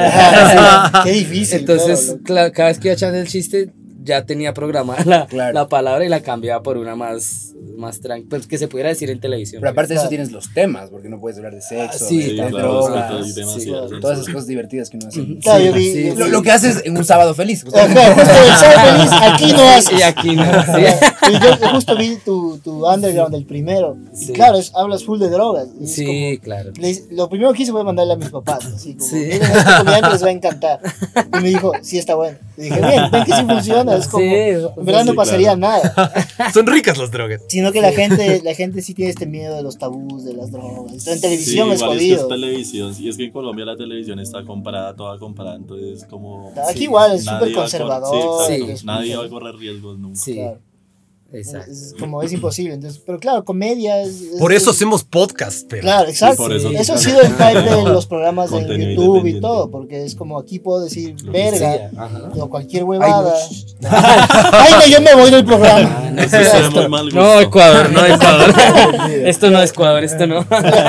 Qué difícil. Entonces, claro, cada vez que iba echando el chiste, ya tenía programada Claro. la palabra y la cambiaba por una más tranquila, pues, que se pudiera decir en televisión. Pero aparte de eso Claro. tienes los temas, porque no puedes hablar de sexo, sí, de Sí, claro, claro, es que drogas, hay demasiadas sí, todas esas cosas divertidas que uno hace. Claro, yo vi- sí, yo vi- Lo que haces en un sábado feliz. Ajá, justo el sábado feliz, aquí no haces. Y aquí no, sí. Y yo justo vi tu underground, el primero. Sí. Y claro, hablas full de drogas. Y es Sí, claro. lo primero que hice fue mandarle a mis papás. Así como, Sí. miren, este comediante les va a encantar. Y me dijo, sí está bueno. Y dije, bien, ven que sí funciona. Es como, Sí, en verdad no sí, pasaría claro. nada. Son ricas las drogas. Sino que la gente sí tiene este miedo de los tabús, de las drogas. Entonces, en televisión Sí, es igual es que es jodido. televisión. Y es que en Colombia la televisión está comprada, toda comprada. Entonces, como. Aquí igual es nadie súper va a cor- conservador. Sí, Sí. exacto. es Nadie muy- va a correr riesgos nunca. Sí, Claro. exacto. Es como, es imposible. Entonces, pero claro, comedia es. Por eso es- hacemos podcast, pero. Claro, exacto. por eso. Eso ha sido el hype de los programas en Contenido YouTube y independiente. todo, porque es como aquí puedo decir Sí, verga ajá. o cualquier huevada. Ay, Ay, no, yo me voy del programa. Ah, no, Eso es de muy mal gusto. no, Ecuador, no, Ecuador. Esto no es Ecuador, esto no.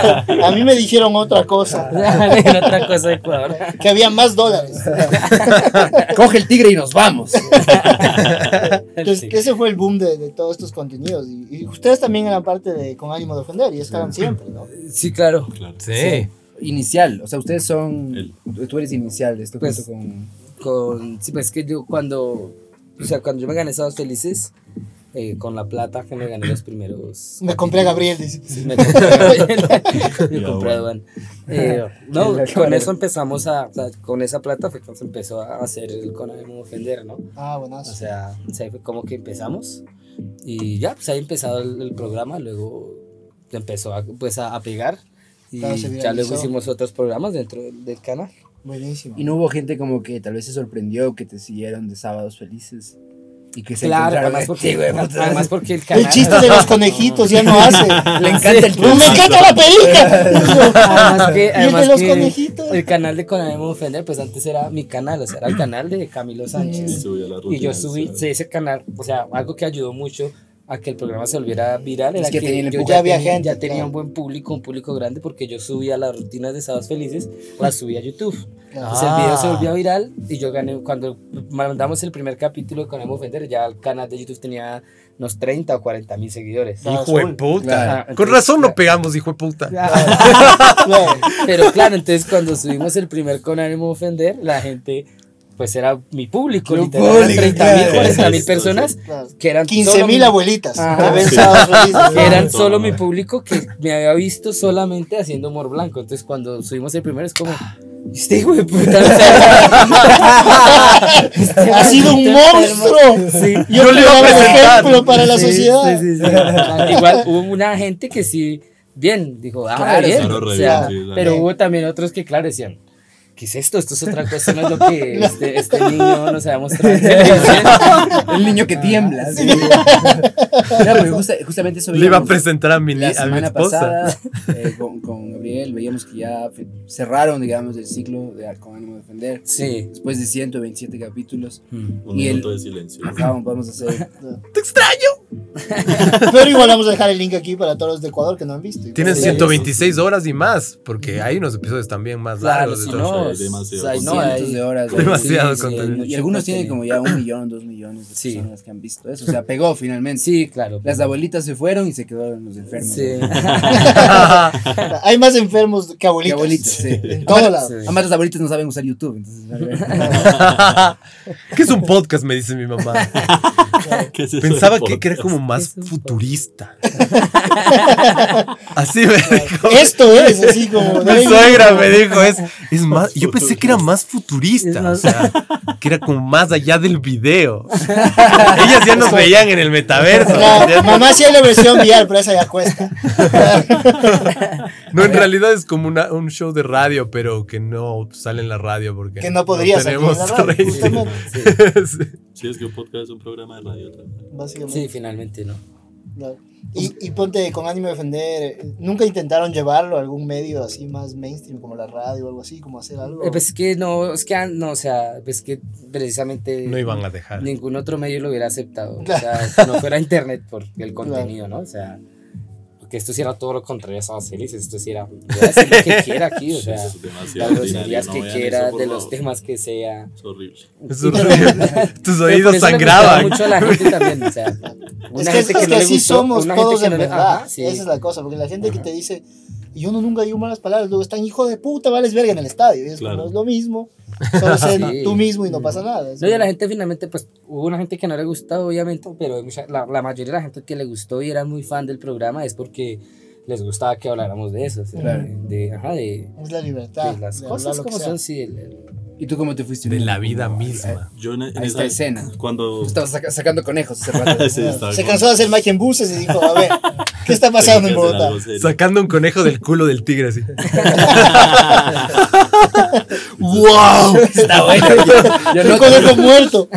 A mí me dijeron otra cosa, Era otra cosa de Ecuador. que había más dólares. Coge el tigre y nos vamos. Entonces, Sí. ese fue el boom de todos estos contenidos. Y ustedes también eran parte de Con Ánimo de Ofender y estaban siempre, ¿no? Sí, claro. Claro. Sí. Inicial, o sea, ustedes son. El- Tú eres inicial, esto Pues, junto con. Sí, pues que yo cuando yo me gané Sábados Felices, con la plata que me gané los primeros. Me compré a Gabriel, dice. Me compré a Gabriel. Me Ya, compré a bueno. Duan. No, La con cámara. eso empezamos o sea, con esa plata fue cuando se empezó a hacer el Con Ánimo de Ofender, ¿no? Ah, O buenazo. sea, ahí fue como que empezamos y ya, pues ahí empezado el programa, luego empezó a pegar y Claro, se ya viralizó. luego hicimos otros programas dentro del canal. Buenísimo. Y no hubo gente como que tal vez se sorprendió que te siguieron de sábados felices. Y que se Claro, encontraron además porque, sí, güey, puta. además porque el canal. El chiste de los conejitos ya no hace. Le encanta el ¡No me encanta la perica! Además que, Y el de además los que conejitos. el canal de Conademo Ofender, pues antes era mi canal, o sea, era el canal de Camilo Sánchez. subía la Y yo rutina, subí sí. ese canal, o sea, algo que ayudó mucho a que el programa se volviera viral era Es que tenía el yo empuje. Ya había gente, ya tenía claro. un buen público, un público grande, porque yo subía las rutinas de Sábados Felices, las subía a YouTube. Entonces el video se volvió viral y yo gané, cuando mandamos el primer capítulo de Conademo Ofender, ya el canal de YouTube tenía unos 30 o 40 mil seguidores. Ah, Hijo de azul. puta. Claro, Con entonces, razón no claro. pegamos, hijo de puta. Claro. Pero claro, entonces cuando subimos el primer Con Ánimo de Ofender, la gente, pues era mi público, Tu literal, eran público, 30.000, claro. 40.000 personas Claro. que eran 15.000 abuelitas. Ajá. Que ven Sábados Felices. que eran No, solo no, mi no. público que me había visto solamente haciendo humor blanco. Entonces cuando subimos el primero es como, este hijo de puta, o sea, este Ha sido un maldito monstruo. enfermo. Sí. Yo le iba a presentar. ejemplo para la Sí, sociedad. sí, sí, sí. Igual hubo una gente que sí, bien, dijo, Claro, bien. claro, O sea, re bien, sí, pero bien. hubo también otros que, claro, decían, ¿qué es esto? Esto es otra cosa, no es lo que este niño nos ha mostrado en televisión. El niño que tiembla. Sí. No, pero justamente eso Le iba a veíamos presentar a mi la a mi semana esposa. pasada con Gabriel. Veíamos que ya cerraron, digamos, el ciclo de Con Ánimo de Ofender. Sí. Después de 127 capítulos. Un Y el- minuto de silencio. Ajá, vamos a hacer. ¡Te extraño! Pero igual vamos a dejar el link aquí para todos los de Ecuador que no han visto. Tienen Sí, 126 horas y más, porque hay unos episodios también más Claro, largos. si de no, todo. hay demasiado hay- Cientos no, hay de horas. Demasiado sí, contenido. hay Y mucho algunos tienen contenido. como ya 1 millón, 2 millones de Sí. personas que han visto eso. O sea, pegó finalmente. Sí, claro. Las abuelitas se fueron y se quedaron los enfermos. Sí. Hay más enfermos que Que abuelitas. abuelitas, sí. En todo lado. Sí. Además, las abuelitas no saben usar YouTube. Entonces, a ver. ¿Qué es un podcast? Me dice mi mamá. ¿Qué es eso Pensaba de que era podcast? como más Es un futurista. Así me dijo. Esto es así como. Mi suegra me dijo, es más, yo pensé que era más Es futurista, más- o sea, que era como más allá del video. Ellas ya nos veían en el metaverso. La mamá sí hay la versión VR, pero esa ya cuesta. No, en realidad es como un show de radio, pero que no sale en la radio porque Que no podría salir en la tenemos radio, rating. justamente. Sí. Sí, es que un podcast es un programa de radio también. Básicamente. Sí, finalmente, ¿no? Claro. Y ponte Con Ánimo de Ofender, ¿nunca intentaron llevarlo a algún medio así más mainstream como la radio o algo así, como hacer algo? Pues que no, es que no, o sea, pues que precisamente No iban a dejar. ningún otro medio lo hubiera aceptado. Claro. O sea, que no fuera internet por el contenido, ¿no? O sea, porque esto sí era todo lo contrario a Sábados Felices, esto sí era, voy a decir lo que quiera aquí, o sea, Eso es las demasiado groserías ordinario, que no vean quiera, eso, por de los favor. temas que sea. Es horrible. Es horrible. Tus Pero oídos por eso le sangraban. gustaba mucho a la gente también, o sea, Es una que, gente es que que no le así gustó, somos una gente todos que en no le- verdad. ajá, sí. Esa es la cosa, porque la gente que te dice, yo no nunca digo malas palabras, luego están hijo de puta, vales verga en el estadio. Y es Claro. como, es lo mismo, solo ser Sí. tú mismo y no pasa nada. Es No, y a la como- gente finalmente, pues hubo una gente que no le gustó, obviamente, pero la mayoría de la gente que le gustó y era muy fan del programa es porque les gustaba que habláramos de eso, o sea, Claro. de Es la libertad. las de hablar cosas lo que como sea. son, sí. ¿Y tú cómo te fuiste? De uniendo la vida como misma. Yo en a esta escena? Cuando. Estabas sacando conejos hace rato. Sí, estaba Se con- cansó de hacer magia en buses y dijo, a ver, ¿qué está pasando en tengo que hacer Bogotá? algo serio. Sacando un conejo del culo del tigre así. ¡Wow! Está bueno. Yo Un no conejo muerto.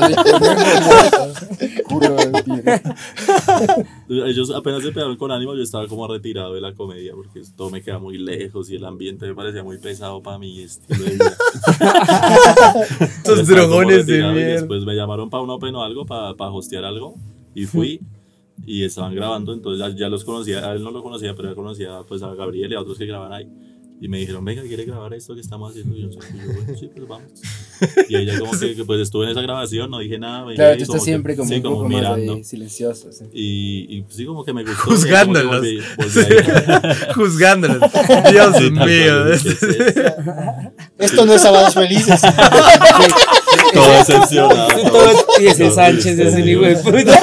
Ellos apenas se pegaron con ánimo, yo estaba como retirado de la comedia porque todo me queda muy lejos y el ambiente me parecía muy pesado para mi estilo de vida. Estos Estaba como drogones de retirado y mierda. después me llamaron para un open o algo, para hostear algo y fui y estaban grabando, entonces ya los conocía, a él no lo conocía, pero él conocía pues a Gabriel y a otros que graban ahí. Y me dijeron, venga, ¿quiere grabar esto que estamos haciendo? Y yo, bueno, sí, pues vamos. Y ella como que pues estuve en esa grabación, no dije nada. me Claro, quedé tú ahí estás siempre como sí, un poco como más mirando. ahí, silencioso. Sí. Y sí, como que me gustó. Juzgándolos. como que volví ahí. Juzgándolos. Dios Sí, tal mío. cual, ¿qué es eso? Esto no es Sábados Felices. Todo decepcionado. Y ese Sánchez es un hijo de puta.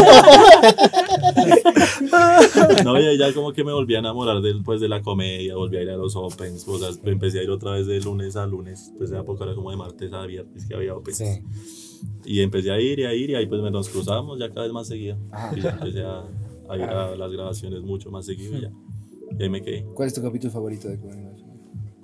No, y ya como que me volví a enamorar de la comedia, volví a ir a los opens, o sea, empecé a ir otra vez de lunes a lunes, pues en la época era como de martes a viernes que había opens. Sí. Y empecé a ir y ahí pues nos cruzamos ya cada vez más seguido. Y ya empecé a ir a las grabaciones mucho más seguido y ya. Y ahí me quedé. ¿Cuál es tu capítulo favorito de Comunidad?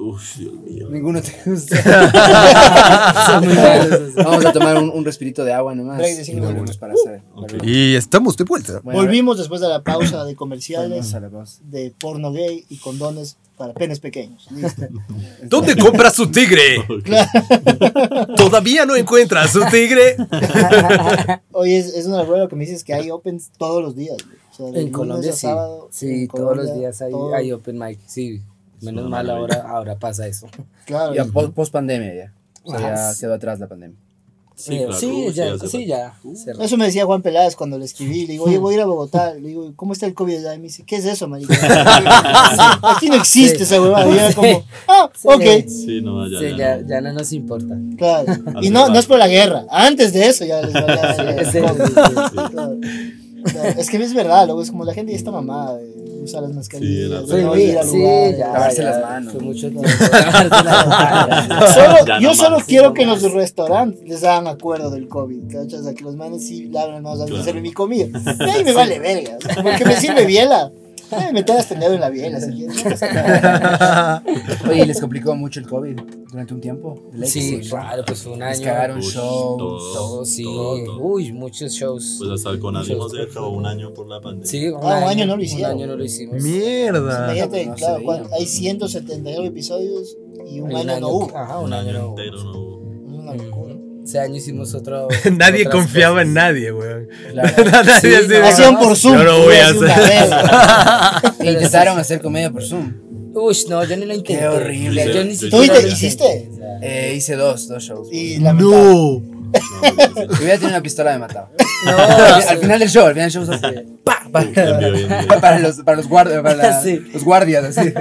Uf, Dios mío. Ninguno te gusta. Son muy malos. Vamos a tomar un respirito de agua nomás. Break de 5 y volvemos minutos. para hacer. Ok. Y estamos de vuelta. Bueno, Volvimos después de la pausa de volvemos comerciales, a la voz. de porno gay y condones para penes pequeños. Listo. ¿Dónde compra su tigre? Todavía no encuentra su tigre. Oye, es una locura lo que me dices que hay opens todos los días. Güey. O sea, de En lunes Colombia a sí. sábado, Sí, en todos Colombia, los días hay open mic. Sí, menos una mal maravilla. ahora pasa eso. Claro. Ya post pandemia ya. O sea, Ah, ya quedó atrás la pandemia. Sí, claro. sí, ya, hace sí, ya. cerró. Eso me decía Juan Peláez cuando le escribí. Le digo, oye, voy a ir a Bogotá. Le digo, ¿cómo está el COVID allá? Y me dice, ¿qué es eso, marica? Aquí no existe Sí. esa huevada. Y era como, Sí. ok, Sí, no, allá Sí, ya. ya no nos importa. claro. Y Hace no rato. es por la guerra. Antes de eso ya les valía. Sí, COVID. sí, Claro. Claro. Es que es verdad, luego es como la gente ya está mamada de usar las mascarillas, Sí, de no ir al Sí, lugar. ya, Lavarse ya, las manos. Fue mucho tiempo. Lavarse las manos. Ya Yo no solo más. quiero No que en más. los restaurantes les hagan acuerdo del COVID, ¿cachas? O sea, que los manes sí laven las manos antes de Claro. hacerme mi comida. Y ahí me vale verga. O sea, como el que me sirve biela. Me tengas tendido en la biela, si quieres. No pasa nada. Oye, ¿y les complicó mucho el COVID durante un tiempo? De ley que Sí, sí. claro, pues fue un Les año. cagaron Uy, shows. Todo, sí. todo. Uy, muchos shows. Pues hasta el Conalimo Muchos se acabó un año por la pandemia. Sí, un año no lo hicieron. Un año no lo hicimos. Mierda. Imagínate, No se claro, veía. hay 179 episodios y un Y año no hubo. Ajá, Un año no hubo. entero no hubo. Una locura. Ese año hicimos otro. Nadie otras confiaba cosas. en nadie, weón. Claro. Nadie Sí, así de- no. Hacían por Zoom. Yo no voy a así una hacer. verga. E intentaron hacer comedia por Zoom. Uy, no, yo ni lo intenté. Qué horrible. Yo ni ¿Tú siquiera ¿Tú lo hiciste? Hice dos shows. Y lamentable. No. Si hubiera tenido una pistola me mataba. No, Al final del show, ¡pa! Envío bien. Para los guardias, Sí. los guardias, así.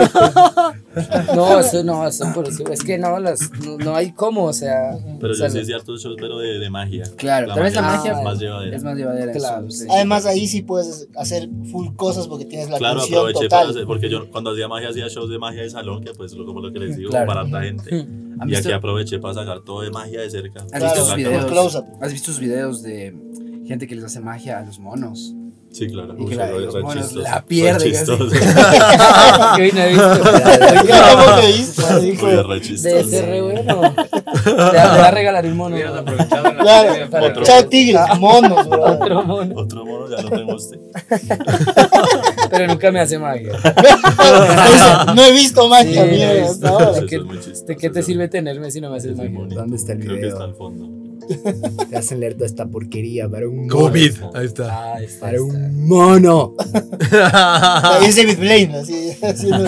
eso por eso. Es que no hay cómo, o sea. Pero o sea, yo sí es cierto shows, pero de magia. Claro, tal vez la magia es más llevadera. es más llevadera. Claro, eso, sí. Además, ahí sí puedes hacer full cosas porque tienes la Claro, atención aproveché para total. hacer, porque yo cuando hacía magia hacía shows de magia de salón, que pues como lo que les digo, Claro. para harta gente. ¿Han Y visto- aquí aproveché para sacar todo de magia de cerca. ¿Has Claro, visto sus full videos? close-up. ¿Has visto sus videos de gente que les hace magia a los monos? Sí, claro. Y que Uy, los re monos chistoso, la re pierden, chistoso. Que hoy no he visto. ¿Cómo te viste? Dijo, Uy, re Debe chistoso. ser re bueno. Le va a regalar un mono. Claro, Otro. chao tigres, monos, bro. Otro mono. Otro mono ya no tengo usted. Pero nunca me hace magia. No he visto magia, Sí, no he mierda, visto. hasta ahora. Eso qué- es muy chistoso. ¿De qué te sirve tenerme si no me haces Ese magia? monito. ¿Dónde está el Creo que video? está al fondo. Te hacen leer toda esta porquería para un COVID. Ahí está. Ah, ahí está. Para un mono. Ahí es David Blaine, así, haciendo.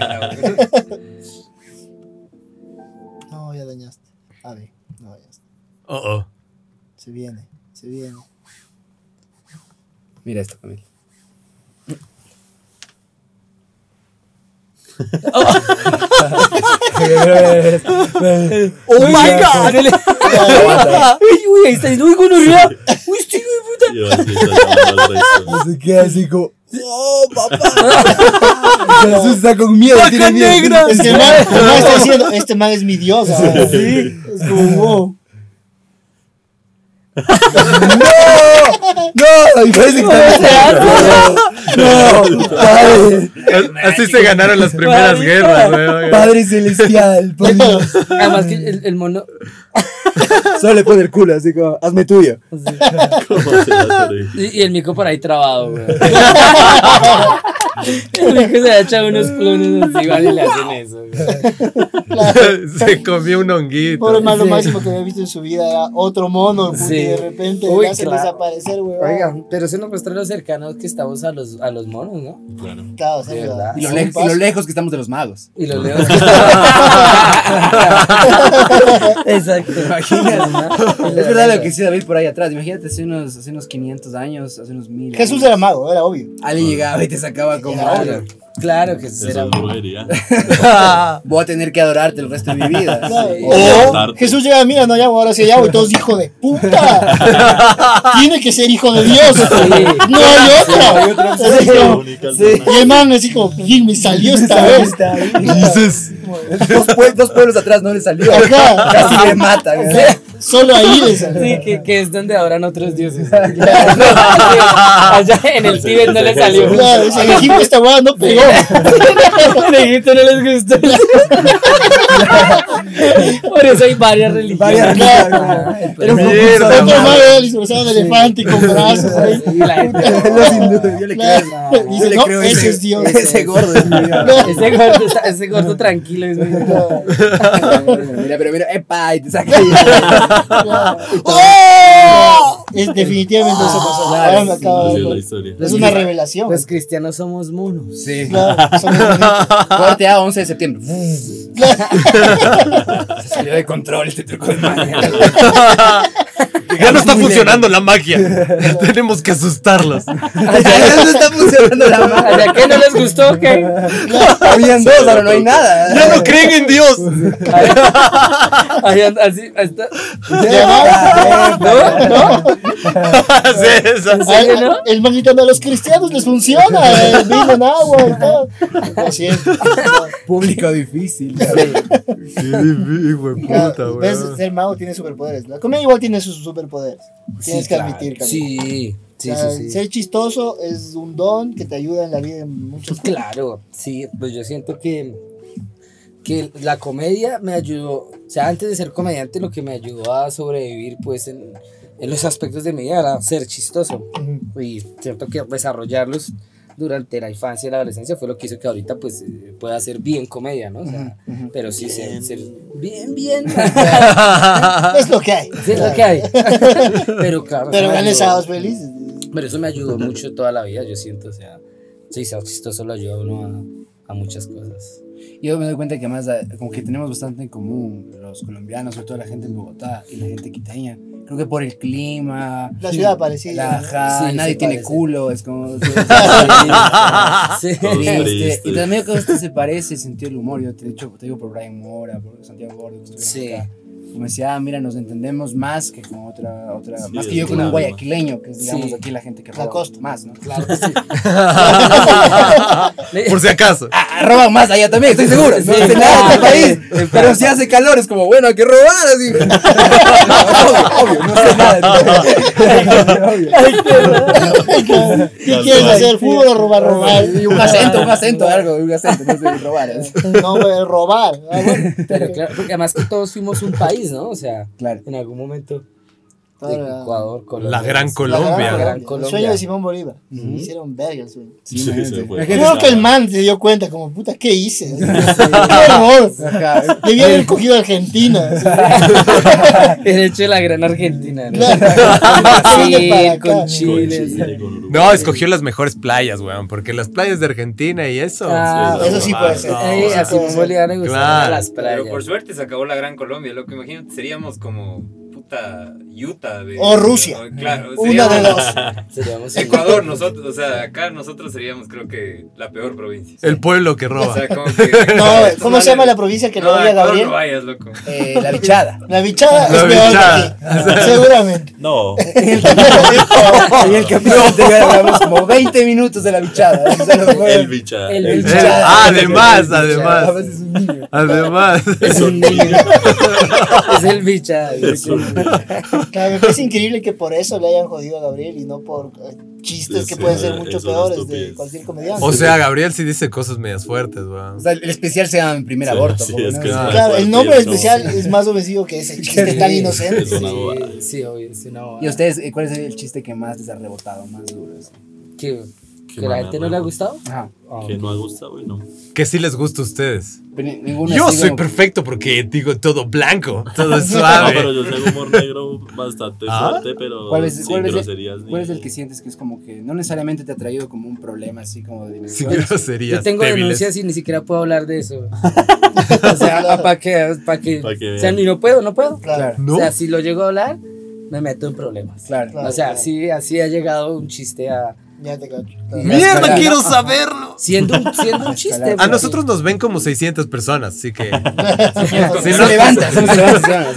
No, ya dañaste. A ver, no dañaste. Oh. Se viene, se viene. Mira esto, Camilo. ¡Oh my god! Uy, ahí está diciendo, uy, gonorrea. Uy, este hijo de puta. Y así está llamando al resto. Se queda así como. ¡Oh, papá! Se asusta con miedo. ¡Vaca tiene miedo. negra! Es que el man está diciendo, este man es mi dios. ahora. Es como, wow. No, y parece que no, padre, Así se ganaron las primeras Marica. guerras, weón. Padre celestial, por Dios. Además que el mono. Solo le pone el culo, así como, hazme tuyo. ¿Cómo se la hace? Y el mico por ahí trabado, güey. El mico se ha echado unos clones así, igual y le hacen eso, güey. Se comió un honguito. Pobre man, lo Sí. máximo que había visto en su vida era otro mono, puta, Sí. y de repente Uy, le hacen claro. desaparecer, güey. Oiga, pero eso nos muestra lo cercanos que estamos a los monos, ¿no? Claro. Claro, o sea, De verdad. Y lo lejos que estamos de los magos. Y los leos. Exacto. ¿Te imaginas? Es verdad lo que dice David por ahí atrás. Imagínate hace unos 500 años, hace unos 1000. Jesús años. era mago, era obvio. Alguien llegaba y te sacaba como. Claro, claro que Eso será. es brujería. Voy a tener que adorarte el resto de mi vida. Claro. O- O Darte. Jesús llega, mira, no llamo, ahora sí llamo, y todos hijo de puta. Tiene que ser hijo de Dios. No hay otra. Así Es la como- única Y alternativa. el man así como, bien, me salió esta vez. Jesus. Dos pueblos atrás no le salió. Ajá. Casi me mata. güey. Solo ahí le salió. Sí, que es donde adoran otros dioses. Allá en el Tíbet no le salió. Claro, en Egipto esta hueá no pegó. En Egipto no les gustó. Por eso hay varias religiones. Claro. Era un Mierda, Otro madre. mago disfrazado de elefante con brazos ahí. Y la gente, Los hindúes, yo le creo. Claro. Dice, Yo le no, creo ese es Dios. Ese gordo es mi Dios. ese gordo tranquilo. Mira, pero mira, epa, y te saca. ¡Oh! Definitivamente eso pasó. claro, Ahora me acabo Así de es la dar historia. Es una revelación. Los cristianos somos monos. Sí. Claro, son Corte A, 11 de septiembre. Se salió de control este truco de magia. Ya no está funcionando la magia. Tenemos que asustarlos. Ya no está funcionando la magia. ¿A qué no les gustó? ¿Qué? Habían dos, ahora no hay nada. Ya no creen en Dios. Así, hasta, ¿No? Sí, esa. serio, no? El man gritando a los cristianos les funciona. Vino en agua y todo. Así es. Público difícil. Qué difícil, hijo de puta, ¿Ves? weón. Ser mago tiene superpoderes. La comedia igual tiene sus superpoderes. Tienes que admitir, Camilo. Sí, sí, O sea, sí, sí. Ser chistoso es un don que te ayuda en la vida en muchos Claro, sí, pues yo siento que la comedia me ayudó, o sea, antes de ser comediante lo que me ayudó a sobrevivir pues en los aspectos de mi vida era ser chistoso y siento que desarrollarlos durante la infancia y la adolescencia fue lo que hizo que ahorita pues pueda hacer bien comedia, ¿no? O sea, pero sí ser bien, Es lo que hay. sí es lo que hay, pero claro, Pero eso me ganes ayudó. sábados felices. Pero eso me ayudó mucho toda la vida, yo siento, o sea, sí, ser chistoso lo ayuda a uno a muchas cosas. Yo me doy cuenta que además como que tenemos bastante en común los colombianos, sobre todo la gente en Bogotá y la gente quiteña. Creo que por el clima, La ciudad parecida. la ajá, Sí, nadie se tiene parece. culo, es como Sí. Todos triste. tristes. Y también que esto se parece el sentido del humor. Yo te digo por Brian Mora, por Santiago Gordo, que estuvieron Sí. acá. Como decía, mira, nos entendemos más que con otra Sí, más que es yo con un claro. guayaquileño, que es digamos Sí. aquí la gente que La roba costa. más, ¿no? Claro que sí. Por si acaso. Roban más allá también, estoy seguro. No sé nada de este país. Pero si hace calor es como, bueno, hay que robar así. Obvio, no sé nada. ¿Qué quieres hacer? ¿Fútbol o robar? Y un acento, no sé, robar. así. No, voy a robar. Ah, bueno. Pero claro, porque además que todos fuimos un país, ¿no? O sea, Claro. en algún momento Claro. Ecuador, Colombia. La gran La Colombia. gran El Colombia. sueño de Simón Bolívar. Hicieron verga el sueño. Sí, se fue. Yo creo que el man se dio cuenta, como, puta, ¿qué hice? ¡Qué horror! Ajá. Debía haber cogido a Argentina. El hecho de la gran Argentina, ¿no? Claro. Sí, Para acá. con Chile. sí. con Uruguay. No, escogió las mejores playas, weón. Porque las playas de Argentina y eso. Ah, Eso sí puede ser. A Simón Bolívar le gustaban Claro. las playas. Pero por suerte se acabó la Gran Colombia, loco. Imagínate, seríamos como puta Utah de. O Rusia. Claro, Una de seríamos dos. Seríamos Ecuador, nosotros, o sea, acá nosotros seríamos, creo que, la peor provincia. El pueblo que O roba. sea, como que. No, ¿cómo se llama la provincia que no vaya Ecuador Gabriel? no vayas, loco. La bichada. La bichada La es peor bichada. que aquí. Seguramente. No, Y el capítulo anterior hablamos como 20 minutos de la bichada. O sea, no fue- el bicha. El Además, A además. veces es un niño. Además. Es un niño. Es el bicha. Claro, me parece increíble que por eso le hayan jodido a Gabriel y no por chistes que Sí, pueden ser mucho es una peores de estupidez. cualquier comediante. O sea, Gabriel sí dice cosas medias fuertes, weón. O sea, el especial se llama Mi Primer Sí, Aborto. sí, como, es ¿no? que es Claro. más Claro, fuerte el nombre y no. especial es más ofensivo que ese chiste tan inocente. Es una bobada. Sí, obvio, es una bobada. ¿Y ustedes, cuál es el chiste que más les ha rebotado, más duro? Así? ¿Que la gente no le ha gustado? Ajá. Que no ha gustado, güey, no. Que sí les gusta a ustedes. Pero ninguno Yo así soy como- perfecto porque digo todo blanco, todo No, suave. pero yo sé humor negro bastante fuerte, pero ¿Cuál es, sin cuál, es groserías el, ni- cuál es el que sientes que es como que no necesariamente te ha traído como un problema así como de Sin dimensiones? groserías Yo tengo débiles. denuncias y ni siquiera puedo hablar de eso. O sea, ¿para qué? Pa' que O sea, vean. ni no puedo. Claro. ¿No? O sea, si lo llego a hablar, me meto en problemas. Claro. Claro. O sea, así ha llegado un chiste a... Ya te cacho. ¡Mierda, Escalada. quiero saberlo! Siendo un chiste. Escalada. A pues. nosotros nos ven como 600 personas, así que... Se no- levanta, se levanta.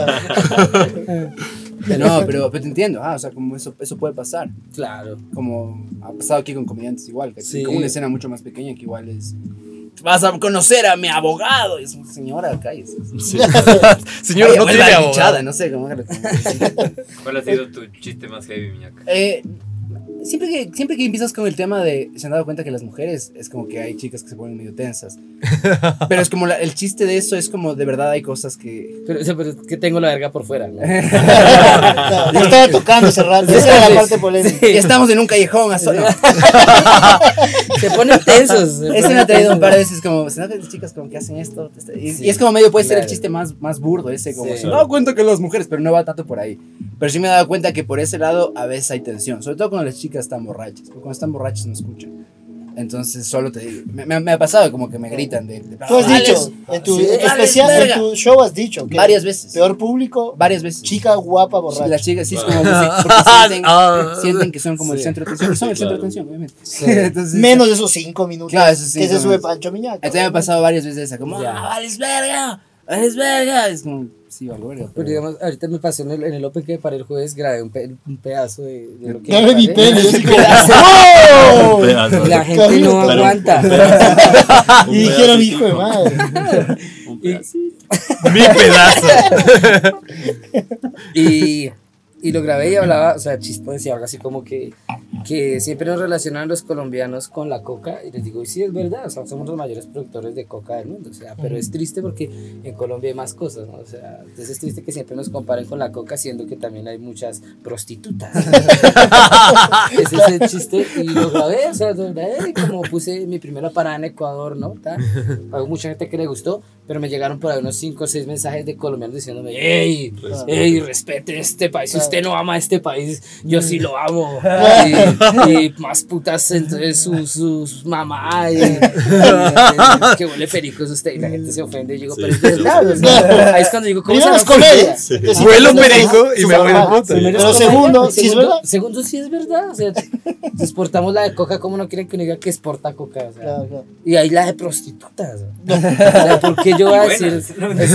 No, pero te entiendo. O sea, como eso puede pasar. Claro. Como ha pasado aquí con comediantes igual. Que Sí. como una escena mucho más pequeña que igual es vas a conocer a mi abogado. Y es una señora, cállese. Sí. Señor, no tiene hinchada, abogado. no sé cómo. ¿Cuál ha sido tu chiste más heavy, Miñaca? Siempre que empiezas con el tema de, se han dado cuenta que las mujeres es como que hay chicas que se ponen medio tensas, pero es como el chiste de eso es como de verdad hay cosas que Pero es que tengo la verga por fuera, ¿no? Yo estaba tocando ese rato, esa era la parte polémica. y estamos en un callejón a solo. Se ponen tensos. Ese me ha traído un par de veces como, se nota que las chicas como que hacen esto y es como medio puede ser el chiste más burdo ese, como Sí. se me da cuenta que las mujeres, pero no va tanto por ahí, pero sí me he dado cuenta que por ese lado a veces hay tensión, sobre todo cuando las chicas están borrachas, porque cuando están borrachas no escuchan. Entonces solo te digo, me ha pasado como que me gritan de Tú has "Vales". dicho, en tu, Sí, en tu vales especial, verga. en tu show has dicho que Varias veces. peor público, Varias veces. chica guapa Sí, borracha. las chicas sí es como porque sienten que son como el centro de atención. Y son el centro de atención, obviamente. Entonces, Menos de esos 5 minutos Claro, esos que 5 se sube minutos. Pancho Miñaca. Entonces me ha pasado varias veces esa, como, Ya. vales verga, vales verga. Es como, sí, valgo verga. Pero digamos, ahorita me pasó en el Open que para el jueves grabé un pedazo de lo que Dame mi paré. pene. Yo así como, Un ¡wow! pedazo. Y la gente no Pero- aguanta. Un Y dijeron, pedacito. hijo de madre. Un pedacito. Mi pedazo. Y lo grabé y hablaba, o sea, chispo decía algo así como que siempre nos relacionan los colombianos con la coca. Y les digo, y sí, es verdad, o sea, somos los mayores productores de coca del mundo. O sea, pero es triste porque en Colombia hay más cosas, ¿no? O sea, entonces es triste que siempre nos comparen con la coca, siendo que también hay muchas prostitutas. Ese es el chiste. Y lo grabé, o sea, lo grabé, como puse mi primera parada en Ecuador, ¿no? Hay mucha gente que le gustó, pero me llegaron por ahí unos 5 o 6 mensajes de colombianos diciéndome, ¡Ey! ¡Ey! Respete este país. Si usted no ama este país, yo sí lo amo. Y más putas entre sus mamás. Que huele pericos usted. Y la gente se ofende. Y yo digo, Sí, pero es sí, verdad. sí. O sea, ahí es cuando digo, ¿cómo Primero se es comedia. Sí. Entonces, Huelo si te perico pones y me voy de normal. puta. Primero Pero es segundo, comedia, sí es verdad. Segundo, sí es verdad. O sea, exportamos la de coca, como no quieren que uno diga que exporta coca. O sea, Claro, claro. y ahí la de prostitutas. O sea, ¿por qué yo voy a Y decir buenas.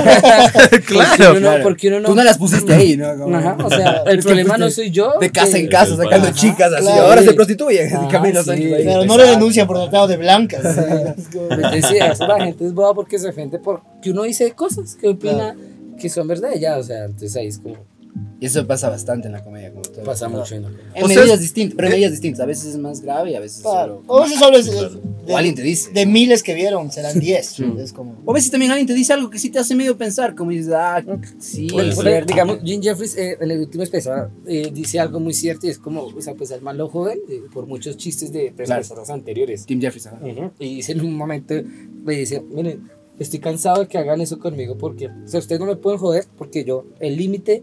eso? Claro. Porque uno no. Tú no las pusiste ahí, ¿no? Como- Ajá, o sea, el Es que problema no fuiste soy yo. de casa en que- casa sacando Ajá. chicas así. Claro. Ahora se prostituyen. Ajá, Camilo sí. Sánchez ahí. Claro, no le denuncian por tratado de blancas. Es como- Me decía, eso la gente es boba porque se ofende porque uno dice cosas que opina que son verdad y ya, o sea, entonces ahí es como Y eso pasa bastante en la comedia. Como todo. pasa mucho. ¿No? En O sea, medidas distintas, pero en medidas distintas. A veces es más grave y a veces Claro. solo... O a veces solo es O alguien te dice. de miles que vieron, serán 10. Es como. O a veces también alguien te dice algo que sí te hace medio pensar, como dices, sí, Puede es ser. cierto. Digamos, Jim Jeffries en el último especial dice algo muy cierto y es como, o sea, pues al malo joven por muchos chistes de Claro. personas anteriores. Tim Jeffries, ajá. Y dice en un momento, me dice, miren, estoy cansado de que hagan eso conmigo porque, o sea, ustedes no me pueden joder porque yo, el límite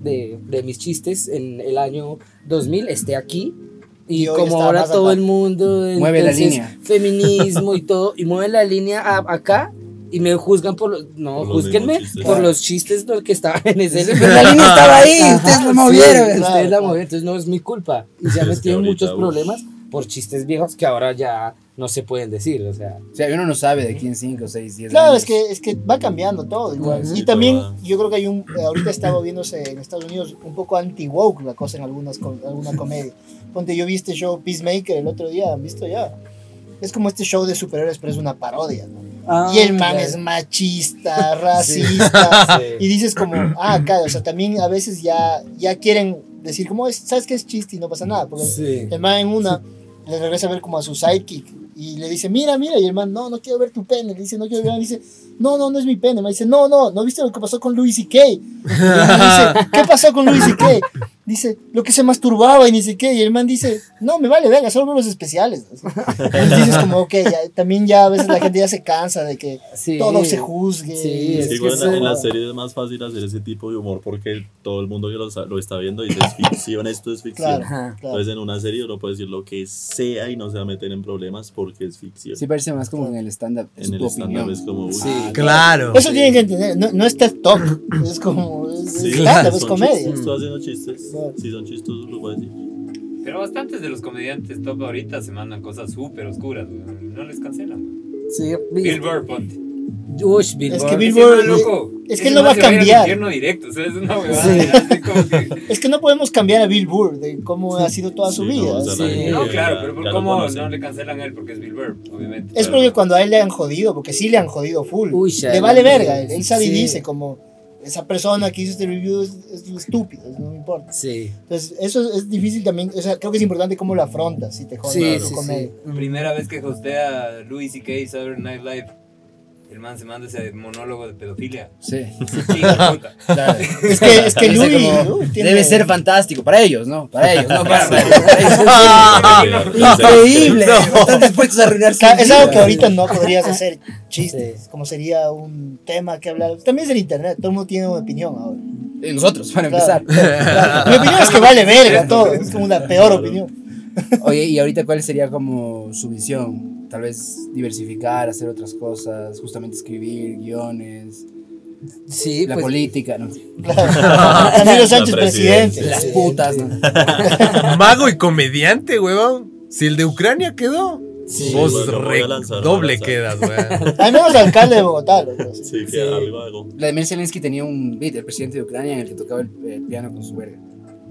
de mis chistes en el año 2000 esté aquí. Y Y hoy como está ahora más todo acá. el mundo Mueve la entonces, línea. feminismo y todo, y mueve la línea acá y me juzgan por los, no, Por los júzguenme mismos chistes. por los chistes los que estaban en ese Pero la línea estaba ahí, ustedes lo movieron. Sí, Claro, ustedes la claro. movieron, entonces no es mi culpa. Y se han Es que metido en muchos ahorita, uf. problemas por chistes viejos que ahora ya no se pueden decir, o sea. O sea, uno no sabe de aquí en 5, 6, 10 Claro, años. es que va cambiando todo igual. Sí, Y también todo va. yo creo que hay ahorita está viéndose en Estados Unidos un poco anti-woke la cosa en alguna comedia. Ponte, yo vi este show Peacemaker el otro día, ¿han visto ya? Es como este show de superhéroes, pero es una parodia, ¿no? Y el man es machista, racista, y dices como, claro, o sea, también a veces ya quieren decir como, ¿sabes qué es chiste y no pasa nada? Porque Sí. el man en una le regresa a ver como a su sidekick y le dice, mira, y el man, no quiero ver tu pene, le dice, no quiero ver, y dice, no es mi pene, me dice, no viste lo que pasó con Louis C.K. Y el man dice, ¿qué pasó con Louis C.K.? Dice, lo que se masturbaba y ni sé qué, y el man dice, no, me vale, venga, solo veo los especiales. Entonces dices como, ok, también ya a veces la gente ya se cansa de que Sí. todo se juzgue. Sí, Es es que que igual eso- en las series es más fácil hacer ese tipo de humor porque todo el mundo que lo está viendo dice es ficción, esto es ficción. Claro, Ajá. claro. Entonces en una serie uno puede decir lo que sea y no se va a meter en problemas porque es ficción. Sí parece más como en el stand-up. Es En el tu stand-up opinión. es como... uy, Sí. Claro. Eso tienen que entender, no es TED Talk, es como, es sí, stand-up, es son comedia. chistes, estoy haciendo chistes. Claro. Si son chistosos lo voy a decir. Pero bastantes de los comediantes top ahorita se mandan cosas súper oscuras, güey. No les cancelan, güey. Sí, Bill Burr, ponte. Ush, Es Billboard. que Billboard, Loco, es que ese no va man a se ir al cambiar. infierno directo, o sea, es una huevada. Sí. Así como que... Es que no podemos cambiar a Bill Burr de cómo ha sido toda su Sí, vida. no, o sea, Sí. la gente No, ya- claro, ya pero lo ¿cómo conocen. no le cancelan a él? Porque es Bill Burr, obviamente. Es porque cuando a él le han jodido, porque sí le han jodido full. Uy, ya, le vale ya, verga, él sabe y sí. dice como esa persona que hizo este review es estúpida, no me importa. Sí. Entonces, eso es difícil también, o sea, creo que es importante cómo lo afrontas si te joden Sí, tu sí, comedia. Primera vez que hostea Louis C.K. Saturday Night Live, el man se manda ese monólogo de pedofilia. Sí. Chinga puta. Claro. Es que Dice Louis como, tiene- debe ser fantástico para ellos, ¿no? Para ellos, no para Ya, Increíble. Están dispuestos a arruinar su Es algo que vida. ahorita no podrías hacer chistes, Sí. como sería un tema que hablar. También es el internet, todo el mundo tiene una opinión ahora. Nosotros, para Claro. empezar. Claro. Mi opinión es que vale verga todo, es como la peor opinión. Oye, y ahorita, ¿cuál sería como su visión? Tal vez diversificar, hacer otras cosas, justamente escribir guiones, Sí, la pues. política, ¿no? Claro. Camilo Sánchez, La presidente. Las putas, ¿no? Mago y comediante, huevón. Si el de Ucrania quedó, Sí, vos bueno, voy a lanzar, voy a doble lanzar. quedas, weón. Al menos alcalde de Bogotá. loco. Sí, que algo hago. Vladimir Zelensky tenía un beat, el presidente de Ucrania, en el que tocaba el piano con su verga.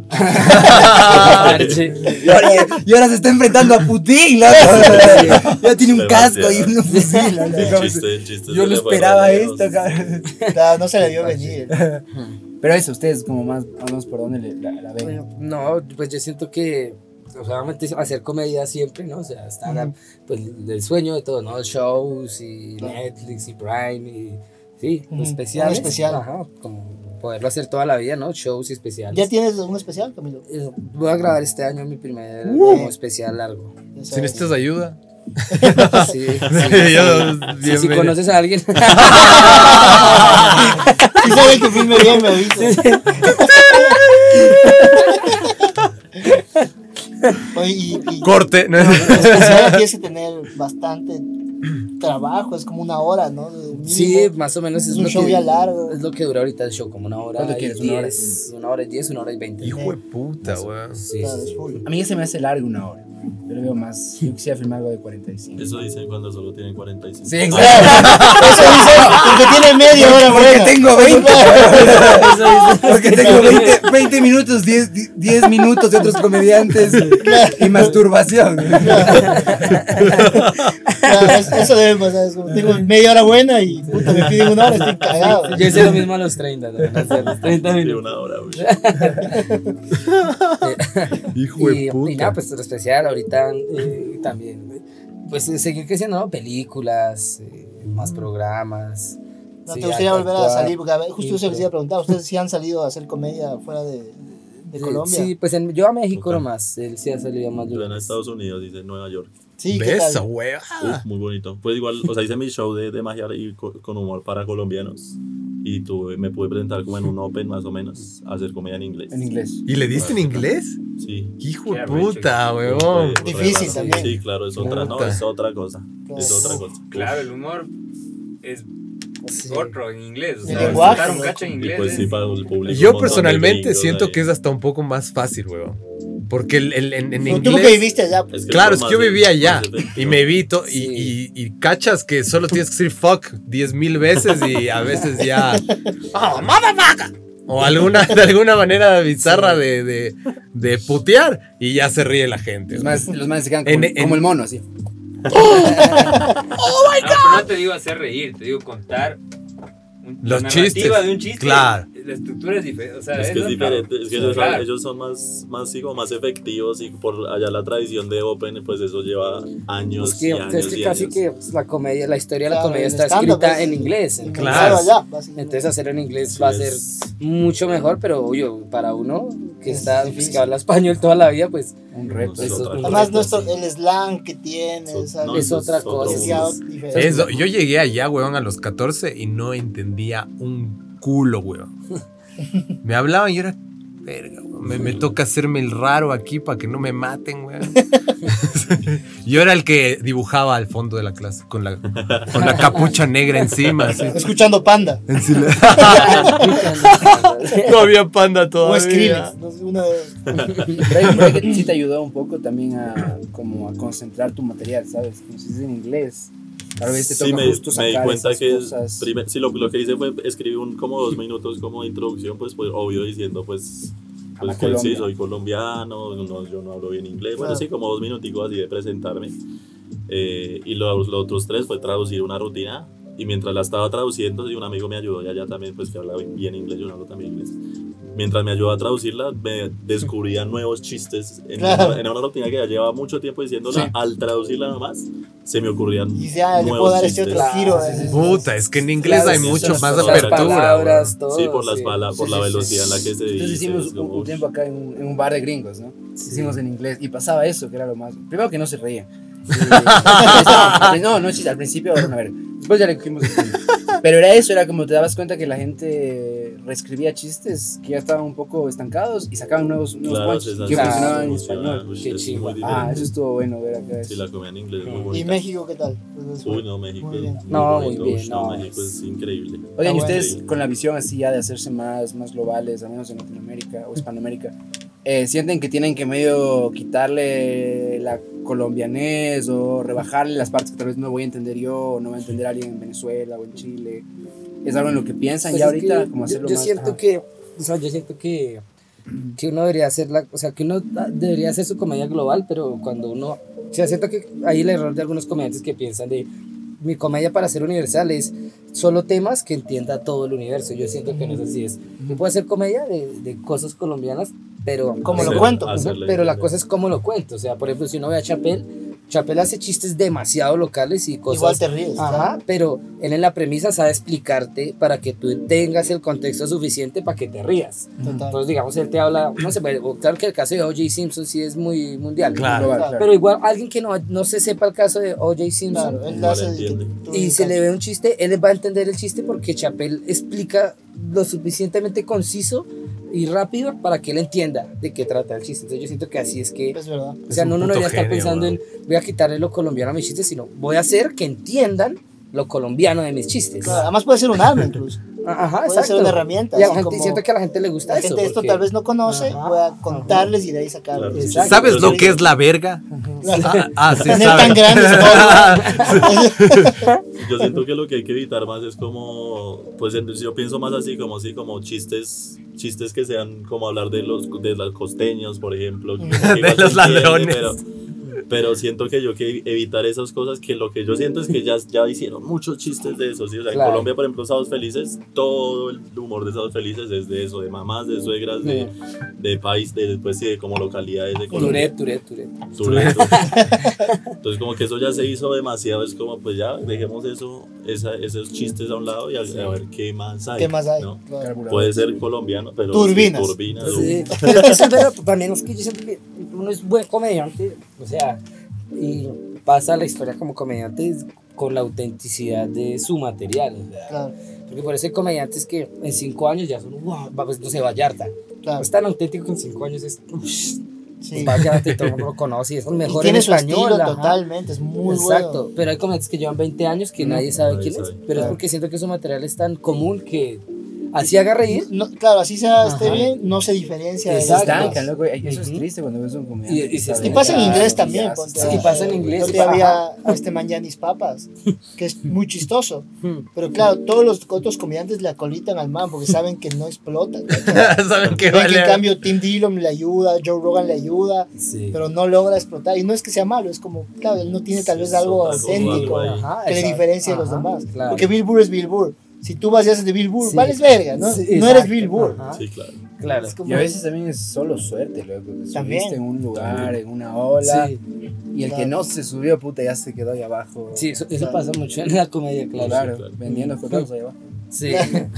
Arche. Y ahora se está enfrentando a Putin, loco. Ya tiene un Demasiado. casco y un fusil. loco. El chiste Yo se no le fue esperaba Rayados. esto, cabrón. Claro, no se le vio venir. Pero eso, ustedes como más o menos por dónde la ven. No, pues yo siento que, o sea, obviamente hacer comedia siempre, ¿no? O sea, está pues el sueño de todo, ¿no? Shows y Netflix y Prime y sí, Ujú, especiales. un especial. Ajá, como poderlo hacer toda la vida, ¿no? Shows y especiales. ¿Ya tienes un especial, Camilo? Voy a grabar este año mi primer como especial largo. Si necesitas ayuda. Sí, Yo, Si bienvenido. conoces a alguien. Si saben que filme bien, me avisa. Oye, y Corte. ¿no? el especial tienes que tener bastante trabajo, es como una hora, ¿no? De mínimo. Sí, más o menos Es es un lo show que ya largo. es lo que dura ahorita el show, como una hora. ¿Cuánto y quieres? ¿Una hora? 10, 1 hora y 10, 1 hora y 20. Hijo de puta, weón. Sí, Claro, sí, es sí. full. A mí ya se me hace largo una hora. Yo lo veo más. Yo quisiera filmar algo de 45. Eso dicen cuando solo tienen 45. Sí, Claro, exacto. eso dice, porque tiene media hora Porque buena. tengo 20. Porque tengo 20 minutos, 10 minutos de otros comediantes y masturbación. Claro, eso debe pasar, es como, tengo media hora buena y puta, me piden una hora, estoy cagado. Yo hice lo mismo a los 30, ¿no? A los 30 Sí, minutos. una hora, güey. Hijo de Y puta. nada, pues lo especial ahorita también. Pues seguir creciendo, ¿no? Películas, más programas. ¿No sí, te gustaría volver a actuar. salir? Porque a ver, justo Sí, eso les iba a preguntar, ¿ustedes sí han salido a hacer comedia fuera de Colombia? Sí, pues yo a México Ok. nomás. Él sí ha salido más Yo en de Estados Unidos, dice Nueva York. Sí, ¿qué Esa tal? wea. Muy bonito. Pues igual, o sea, hice mi show de magia y con humor para colombianos. Y me pude presentar como en un open más o menos a hacer comedia en inglés. En inglés. ¿Y le diste en inglés? Sí. Hijo de Qué puta, Fue- weón. fue Difícil raro. también. Sí, claro, es otra, no, Puta. es otra cosa. Claro. Es otra cosa. Claro, el humor es Sí. otro en inglés. O El sea, lenguaje, sacar un ¿no? cacho en Y inglés. pues sí, es- para el público. Yo un montón de personalmente gringos siento ahí. que es hasta un poco más fácil, weón. Porque en Pero tú que inglés... viviste allá, pues. Es que Claro, es es que yo más- vivía allá más efectivo. y me vi Sí. y cachas que solo tienes que decir fuck 10,000 veces y a veces ya "Oh, motherfucker", o de alguna manera bizarra de putear y ya se ríe la gente. Los más se quedan como, En- como el mono, así. No, pero no te digo hacer reír, te digo contar Los la chistes, narrativa de un chiste. claro. La estructura es diferente. O sea, Es que es otra- diferente, es que ellos, Claro. ellos son más, sí, como más efectivos y por allá la tradición de Open, pues eso lleva años Es que, y años es que y casi años. que pues, la comedia, la historia de la Claro, comedia el está stand-up escrita es- en inglés. Claro. allá, básicamente. Entonces hacerlo en inglés Sí, va a ser es- mucho mejor, pero obvio, para uno que Es está difícil. que habla español toda la vida, pues Un reto. Es eso otra es un cosa. Además, reto, nuestro, sí. el slang que tiene, So- ¿sabes? no, es eso otra otro cosa, Es sí. ya mundo. diferente. Eso, yo llegué allá, weón, a los 14 y no entendía un culo, weón. Me hablaban y yo era, verga, weón, me toca hacerme el raro aquí para que no me maten, weón. Yo era el que dibujaba al fondo de la clase con la capucha negra encima. Así. Escuchando Panda. No había panda O todavía. Skrillex. No sé, una de- Pero hay un break que sí te ayudó un poco también a como a concentrar tu material, ¿sabes? Como si es en inglés. Tal vez te Sí, toca justo me di sacar cuenta esas que cosas. sí, lo que hice fue escribir como 2 minutos como de introducción, pues obvio diciendo pues A la que sí, Colombia. soy colombiano, no, yo no hablo bien inglés, bueno, Claro. sí, como 2 minuticos así de presentarme. Y los otros 3 fue traducir una rutina. Y mientras la estaba traduciendo, y un amigo me ayudó, y allá también, pues que habla bien inglés, yo no hablo también inglés. Mientras me ayudaba a traducirla, me descubría nuevos chistes en, Claro. en una rutina que ya llevaba mucho tiempo diciéndola. Sí. Al traducirla nomás, se me ocurrían Y dice, le nuevos puedo dar este chistes. otro giro. Sí, sí, sí. Puta, es que en inglés Claro, hay sí, mucho son más las apertura. palabras, weón. todo. Sí, por las sí. por la velocidad en la que se dice. Entonces hicimos es como, un tiempo acá en un bar de gringos, ¿no? Hicimos en inglés y pasaba eso, que era lo más. Primero que no se reían. No, chiste, al principio era una verga. Después ya le cogimos el punto. Pero era eso, era como te dabas cuenta que la gente reescribía chistes que ya estaban un poco estancados y sacaban nuevos Claro, punches se que saca- funcionaban en funciona, español. uy, Qué es chimba. muy Ah, diferente. eso estuvo bueno ver acá. Sí, la comida en inglés es muy ¿Y bonita. México qué tal? Uy, no, México Muy es bien. muy No, muy bonito. bien, Uy, no, no, México es increíble. Oigan, ¿y Ah, ustedes bueno. con la visión así ya de hacerse más globales, al menos en Latinoamérica o Hispanoamérica, sienten que tienen que medio quitarle la colombianés o rebajarle las partes que tal vez no voy a entender yo o no va a entender alguien en Venezuela o en Chile? ¿Es algo en lo que piensan Pues ya es ahorita? que Como hacerlo yo más. siento ajá. que, o sea, yo siento que uno debería hacer o sea, que uno debería hacer su comedia global, pero cuando uno, o sea, siento que hay el error de algunos comediantes que piensan de mi comedia para ser universal es solo temas que entienda todo el universo. Yo siento que no es así, es yo puedo hacer comedia de cosas colombianas, pero Como lo Hacer- cuento. hacerle pero la entender. cosa es cómo lo cuento. O sea, por ejemplo, si uno ve a Chappelle hace chistes demasiado locales y cosas. Igual te ríes. Ajá, claro. pero él en la premisa sabe explicarte para que tú tengas el contexto suficiente para que te rías. Total. Entonces, digamos, él te habla, no sé, claro que el caso de O.J. Simpson sí es muy mundial. Claro. Global, Claro. Pero igual, alguien que no se sepa el caso de O.J. Simpson Claro, él Igual hace entiende. y se le ve un chiste, él va a entender el chiste porque Chappelle explica lo suficientemente conciso y rápido para que él entienda de qué trata el chiste. Entonces, yo siento que así es que. Es verdad. O sea, un no puto debería estar genio, pensando weón. en voy a quitarle lo colombiano a mis chistes, sino voy a hacer que entiendan lo colombiano de mis chistes. Claro, además puede ser un arma incluso. Ajá, Puede exacto. ser una herramienta. Y a la así gente, como siento que a la gente le gusta la eso. gente esto porque- tal vez no conoce, Ajá, voy a contarles y de ahí sacar. Claro. Exacto. ¿Sabes lo que es la verga? Sí, Tener sabe. tan grandes Yo siento que lo que hay que evitar más es como, pues yo pienso más así como chistes que sean como hablar de los costeños, por ejemplo. que igual De se los entiende, ladrones. pero siento que yo que evitar esas cosas, que lo que yo siento es que ya hicieron muchos chistes de eso, ¿sí? O sea, Claro. en Colombia, por ejemplo, Sábados Felices, todo el humor de Sábados Felices es de eso, de mamás, de suegras, de país, pues sí, de como localidades de Colombia. Tourette. Tourette. Entonces como que eso ya se hizo demasiado, es como pues ya dejemos esos chistes a un lado y a ver qué más hay. ¿Qué más hay? ¿no? Claro. Puede ser colombiano, pero Turbinas. sí, turbinas, Sí, pero es que eso, pero también es que yo siento que uno es buen comediante, o sea, y pasa la historia como comediante con la autenticidad de su material, o sea, Claro, porque por eso hay comediantes que en 5 años ya son, wow, pues no sé, Vallarta, claro. es tan auténtico que en 5 años es, Sí. Vallarta y todo el mundo lo conoce y es el Y mejor tiene en su español. estilo ajá. totalmente, es muy Exacto, bueno. pero hay comediantes que llevan 20 años que nadie sabe nadie quién es, sabe. pero es Claro. porque siento que su material es tan común que así haga reír. No, claro, así sea esté Ajá. bien, no se diferencia de los Se Exacto. demás. estancan, loco. Eso es Ujú. triste cuando ves un comediante. Y se Y pasa en Claro, inglés también. ya, ponte sí, a- pasa en inglés, Yo sí, te había ajá. a este man Yanis Papas, que es muy chistoso. Hmm. Pero claro, todos los otros comediantes le acolitan al man porque saben que no explota. Saben que Ven que vale. en cambio Tim Dillon le ayuda, Joe Rogan le ayuda, Sí. pero no logra explotar. Y no es que sea malo, es como, claro, él no tiene tal vez algo algo auténtico ahí. Ajá, que le exacto. diferencie de los Ajá, demás. claro. Porque Bill Burr es Bill Burr. Si tú vas y haces de Bill Burr, Sí. vales verga, ¿no? Sí, No eres exacto. Bill Burr. Ajá. Sí, claro. Claro. Es como- Y a veces también es solo suerte, loco. Te También. subiste en un lugar, en una ola, Sí, y el que Claro. no se subió, puta, ya se quedó ahí abajo. sí, eso pasa mucho en la comedia, claro. Claro, claro. vendiendo fotos ahí abajo. Sí,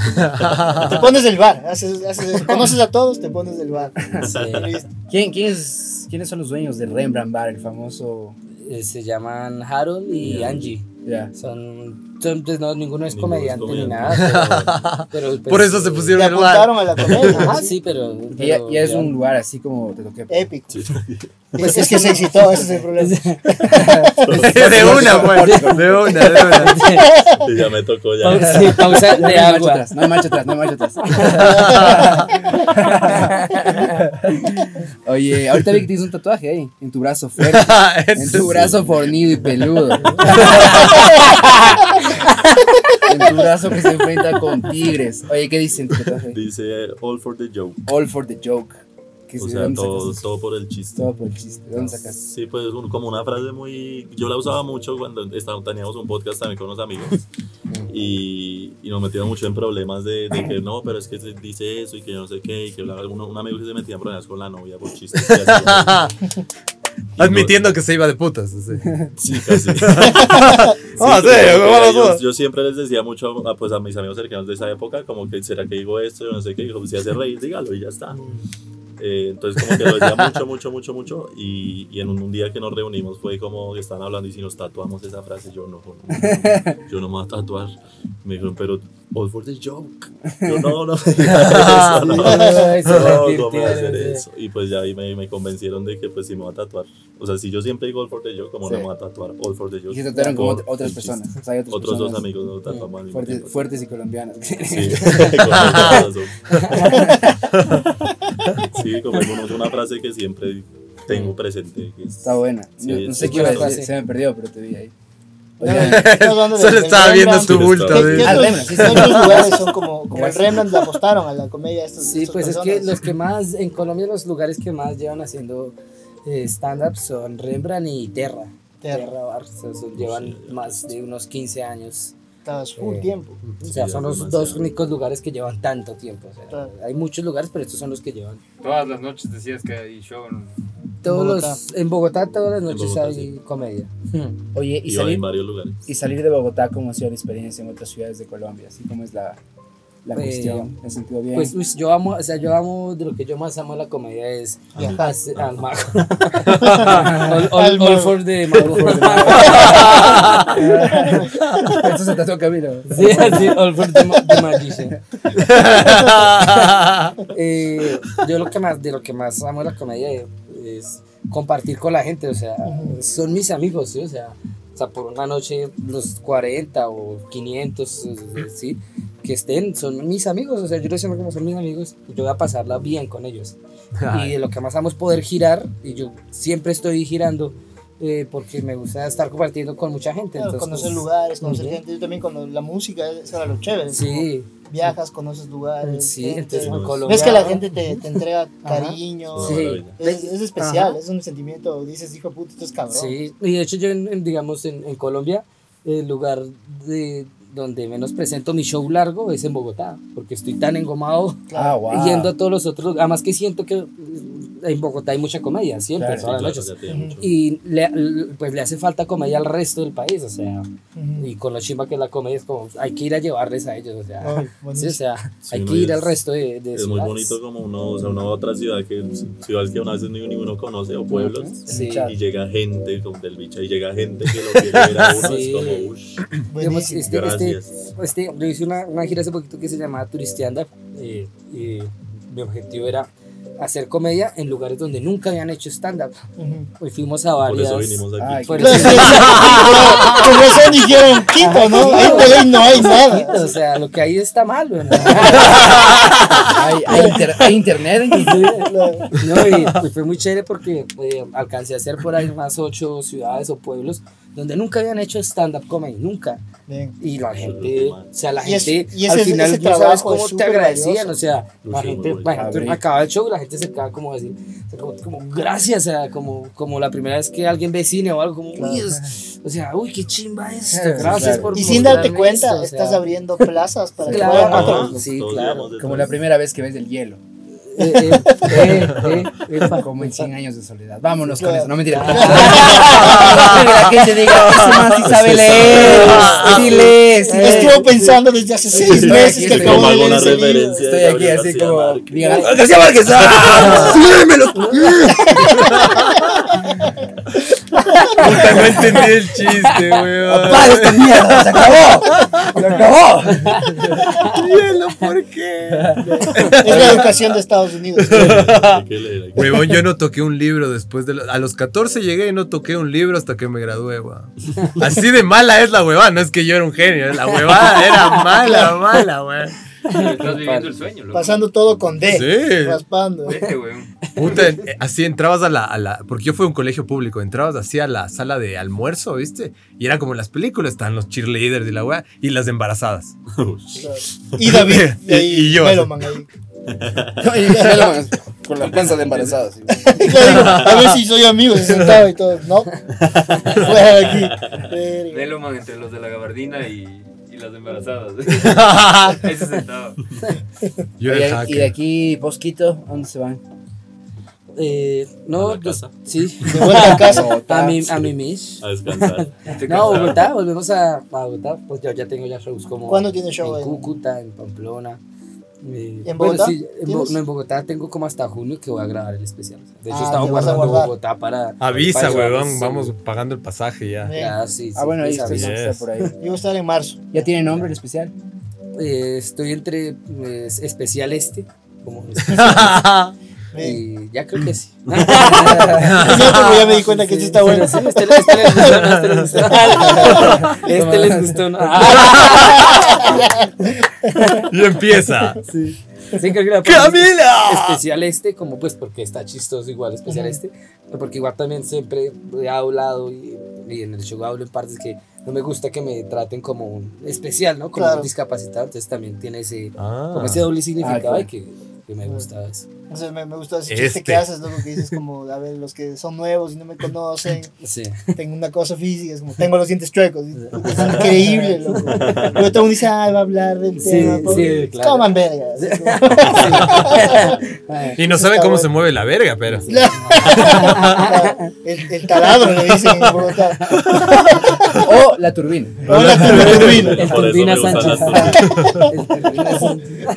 Te pones del bar, conoces a todos, te pones del bar. sí. Listo. ¿Quiénes son los dueños de Rembrandt Bar, el famoso? Se llaman Harold y Angie. Ya. Pues no, ninguno es Ninguno es comediante ni comediante. nada, pero pues, Por eso se Te pusieron el bar. apuntaron a la comedia. Ajá, ¿sí? sí, pero Y ya es un lugar así como te toqué. Épico. Sí. Pues es que se excitó, ese es el problema. De una, pues. De una. Y ya me tocó ya. Sí, pausa No de hay marcha agua. atrás, no hay marcha atrás, no hay marcha atrás. Oye, ahorita vi que tienes un tatuaje ahí, en tu brazo fuerte. En Eso tu sí. brazo fornido y peludo. En tu brazo que se enfrenta con tigres. Oye, ¿qué dice en tu tatuaje? Dice all for the joke. All for the joke. ¿Qué O ¿de sea, dónde todo, sacas eso? todo por el chiste. Todo por el chiste. ¿De dónde sacas? Sí, pues como una frase muy... Yo la usaba mucho cuando teníamos un podcast también con unos amigos y nos metíamos mucho en problemas de que no, pero es que se dice eso y que no sé qué, y que un amigo que se metía en problemas con la novia por chistes que hacía. Admitiendo que se iba de putas. Así. Sí, casi. Yo siempre les decía mucho pues, a mis amigos cercanos de esa época, como que será que digo esto, yo no sé qué, dijo, si hace reír, dígalo y ya está. Entonces como que lo decía mucho y en un día que nos reunimos fue como que estaban hablando y si nos tatuamos esa frase, yo no me voy a tatuar. Me dijeron, pero all for the joke. Yo no me digas eso, no ¿cómo hacer eso? Y pues ya ahí me convencieron de que pues si me voy a tatuar, o sea, si yo siempre digo all for the joke, como no me voy a tatuar all for the joke. Y se tatuaron como Por otras el personas. chiste. O sea, hay otras Otros personas, dos amigos nos tatuamos al mismo tiempo. fuertes y colombianos. Sí, con razón. Sí, como es una frase que siempre tengo presente. Que Está buena. Sí, No sé sí, qué iba a buena decir, frase. se me perdió, pero te vi ahí. No, Oigan, estás hablando Solo del estaba viendo Rembrandt. tu bulto. ¿Qué- ¿ves? ¿Qué Al otros- Rembrandt, sí, qué sí. otros lugares son como el Gracias. Rembrandt le apostaron a la comedia estos, Sí, estas pues es personas? que los que más, en Colombia los lugares que más llevan haciendo stand-up son Rembrandt y Terra. Terra. Bar, llevan más de unos 15 años. Estabas full Eh, tiempo. O sea, Sí, son es los demasiado. dos únicos lugares que llevan tanto tiempo. O sea, Claro. hay muchos lugares, pero estos son los que llevan. Todas las noches decías que hay show. En Bogotá todas las En noches Bogotá, hay sí. comedia. Oye, Y va en varios lugares. y salir de Bogotá, ¿cómo ha sido la experiencia en otras ciudades de Colombia? Así como es la cuestión. ¿Me he sentido bien? Pues uy, yo amo, o sea, yo amo, de lo que yo más amo de la comedia es Viajar. al mago. Al all mago. for the mago. Esto se trató Camilo. Sí, así, all for the magician. Yo de lo que más amo de la comedia es compartir con la gente, o sea, son mis amigos, ¿sí? O sea, por una noche los 40 o 500, ¿sí? Que estén, son mis amigos, o sea, yo les llamo como son mis amigos, y yo voy a pasarla bien con ellos. Y de lo que más amo es poder girar, y yo siempre estoy girando, porque me gusta estar compartiendo con mucha gente. Claro, Entonces, conocer lugares, conocer Ujú. gente. Yo también cuando la música, eso era lo chévere. Sí, como viajas, conoces lugares. sí, gente. entonces en Ves Colombia. Ves que la gente te entrega Ajá. cariño. Sí. Es especial, Ajá. es un sentimiento. Dices, hijo de puta, esto es cabrón. Sí, y de hecho yo, digamos, en Colombia, el lugar donde menos presento mi show largo es en Bogotá, porque estoy tan engomado Ah, wow. yendo a todos los otros lugares. Además que siento que en Bogotá hay mucha comedia, siempre, Claro, todas las Sí, noches. claro, ya tiene mucho. Y pues le hace falta comedia al resto del país, o sea, Ujú. y con lo chimba que es la comedia es como, hay que ir a llevarles a ellos, o sea, Ay, sí, buenísimo. o sea, Sí, hay no, que ir y al es- resto de Es muy ciudades. bonito como uno va a otra ciudad ciudades que a veces ni uno conoce o pueblos Sí. y llega gente del bicho y llega gente que lo quiere ver a uno, Sí. es como ush, Digamos, Buenísimo. gracias. yo hice una gira hace poquito que se llamaba Turisteando y mi objetivo era hacer comedia en lugares donde nunca habían hecho stand-up. Ujú. Hoy fuimos a Por varias... eso vinimos aquí. Ay, por Claro, eso- sí, con razón dijeron Quito, ¿no? Ahí por ahí no hay nada. O sea, lo que hay está mal, güey. Hay internet. No, y fue muy chévere porque alcancé a hacer por ahí unas 8 ciudades o pueblos donde nunca habían hecho stand-up comedy, nunca. Bien. Y la gente, o sea, la Y es- gente y al ese final trabajo no sabes es cómo te súper agradecían, valioso. o sea, la Sí, gente, muy bueno, bueno. acaba el show y la gente se queda como decir, o sea, como gracias, o sea, como la primera vez que alguien ve cine o algo, como, uy, o sea, uy, qué chimba esto, Claro, gracias claro. por Y sin darte mostrarme cuenta, esto, o estás sea, abriendo plazas para que Claro. vayan Ajá. otros. Sí, Todos claro. llevamos detrás. Como la primera vez que ves el hielo. epa. Como en 100 años de soledad. Vámonos con Claro. eso, no mentira. La gente diga, "Ese man sí sabe leer, sí lee, sí lee". Estuvo pensando desde hace 6 Estoy meses aquí, que estoy acabo de Como leer alguna ese libro. referencia. Estoy de aquí Gabriel así García como. Márquez. Digan, ¡García Márquez! ¡Ah! Puta, no entendí el chiste, weón. ¡Apaga esta mierda! ¡Se acabó! ¡Se acabó! Hielo, ¿por qué? Es la educación de Estados Unidos. Hay que leer, hay que- Huevón, yo no toqué un libro después de... A los 14 llegué y no toqué un libro hasta que me gradué, weón. Así de mala es la huevada. No es que yo era un genio, la huevada era mala, weón. Estás viviendo el sueño, loco. Pasando todo con D. Sí. Raspando. Vete, weón. Puta, así entrabas a la. Porque yo fui a un colegio público, entrabas así a la sala de almuerzo, ¿viste? Y era como en las películas, estaban los cheerleaders y la weá, y las embarazadas. Y David. Y yo. Meloman ahí. Con la panza de embarazada. Sí. Y claro, digo, a ver si soy amigo, se sentaba y todo. No. Fuera de aquí. Verga. Meloman entre los de la gabardina y las embarazadas. Ese sentado. Yo era el Y de hacker. aquí, Bosquito, ¿a dónde se van? No, ¿A la casa? sí. De vuelta a casa. A mi Mish. A descansar. Estoy No, cansado. Bogotá, volvemos a Bogotá. Pues yo ya tengo ya shows como. ¿Cuándo tiene show En ahí? Cúcuta, en Pamplona. ¿En Bogotá? Sí, ¿Tienes? no, en Bogotá tengo como hasta junio que voy a grabar el especial. De hecho, Ah, estaba te vas a guardando guardar. Bogotá para. Avisa, para huevón, llevarlos, vamos pagando el pasaje ya. Bien. Ya, sí, Ah, bueno, ahí pues, está, avisa. Yes. por ahí. Yo voy a estar en marzo. ¿Ya tiene nombre el especial? Estoy entre especial como Bien. y ya creo que sí. No, pero ya me di cuenta que este está bueno. Sí, este les gustó, este les gustó, ¿no? Y empieza. Sí, creo que la ¡Camila! especial como pues porque está chistoso igual especial porque igual también siempre he hablado y en el show hablo en partes que no me gusta que me traten como un especial, ¿no? Como Claro. un discapacitado, entonces también tiene ese Ah. como ese doble significado claro. y que me gusta eso. O sea, me gusta ese chiste que haces, loco, que dices como, a ver, los que son nuevos y no me conocen, Sí. tengo una cosa física, es como, tengo los dientes chuecos. Es increíble, loco. Luego todo el mundo dice, va a hablar del Sí, tema. sí, claro. Coman verga. Así como- Y no Eso saben está cómo bueno. se mueve la verga, pero. El taladro le dicen en Bogotá. O la turbina. O la turbina. El Por eso Turbina me gustan Sánchez. las El Turbina Sánchez.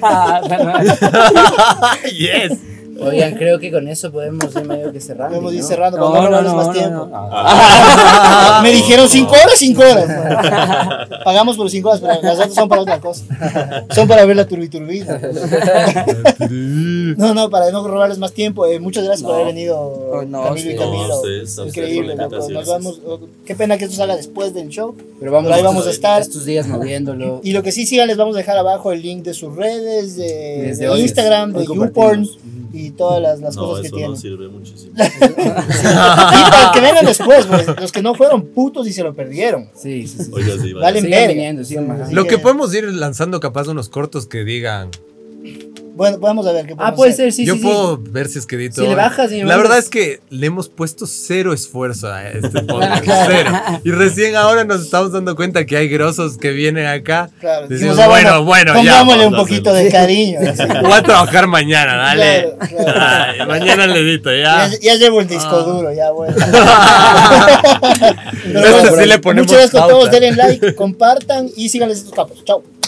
Yes. Oigan, creo que con eso podemos ir medio que cerrando. Podemos ir ¿no? cerrando para no robarles más tiempo. Ah, Me dijeron 5 horas, 5 horas. Pagamos por 5 horas, pero las otras son para otra cosa. Son para ver la turbina. No, para no robarles más tiempo. Muchas gracias por haber venido, No, Camilo y sí. Camilo. No, ustedes, a ustedes Increíble, por la loco. Nos invitación. vamos. Qué pena que esto salga después del show. Pero vamos, Pero ahí vamos a estar. estos días moviéndolo. Y lo que sí sigan, les vamos a dejar abajo el link de sus redes, Desde de hoy, Instagram, de hoy YouPorn compartimos. y todas las No, cosas que eso tienen. nos sirve muchísimo. Y para que vengan después, pues, los que no fueron putos y se lo perdieron. Sí, sí, sí. Oiga, sí, vale. Valen Sigan verga. viniendo, sigan bajando. Así Lo que podemos ir lanzando capaz unos cortos que digan. Bueno, vamos a ver qué podemos Puede hacer. ser, sí, Yo sí. puedo ver si es que edito. Si le bajas y me La mandas- verdad es que le hemos puesto cero esfuerzo a este podcast. Cero. Y recién ahora nos estamos dando cuenta que hay grosos que vienen acá. Claro, Decimos, dijimos, bueno, ya. pongámosle un vamos a poquito de cariño. así. Voy a trabajar mañana, dale. Claro, claro. Ay, mañana le edito, ya. Ya llevo el disco duro, ya bueno. Entonces, sí le ponemos Muchas gracias a todos, pauta. denle like, compartan y síganles estos capos. Chao.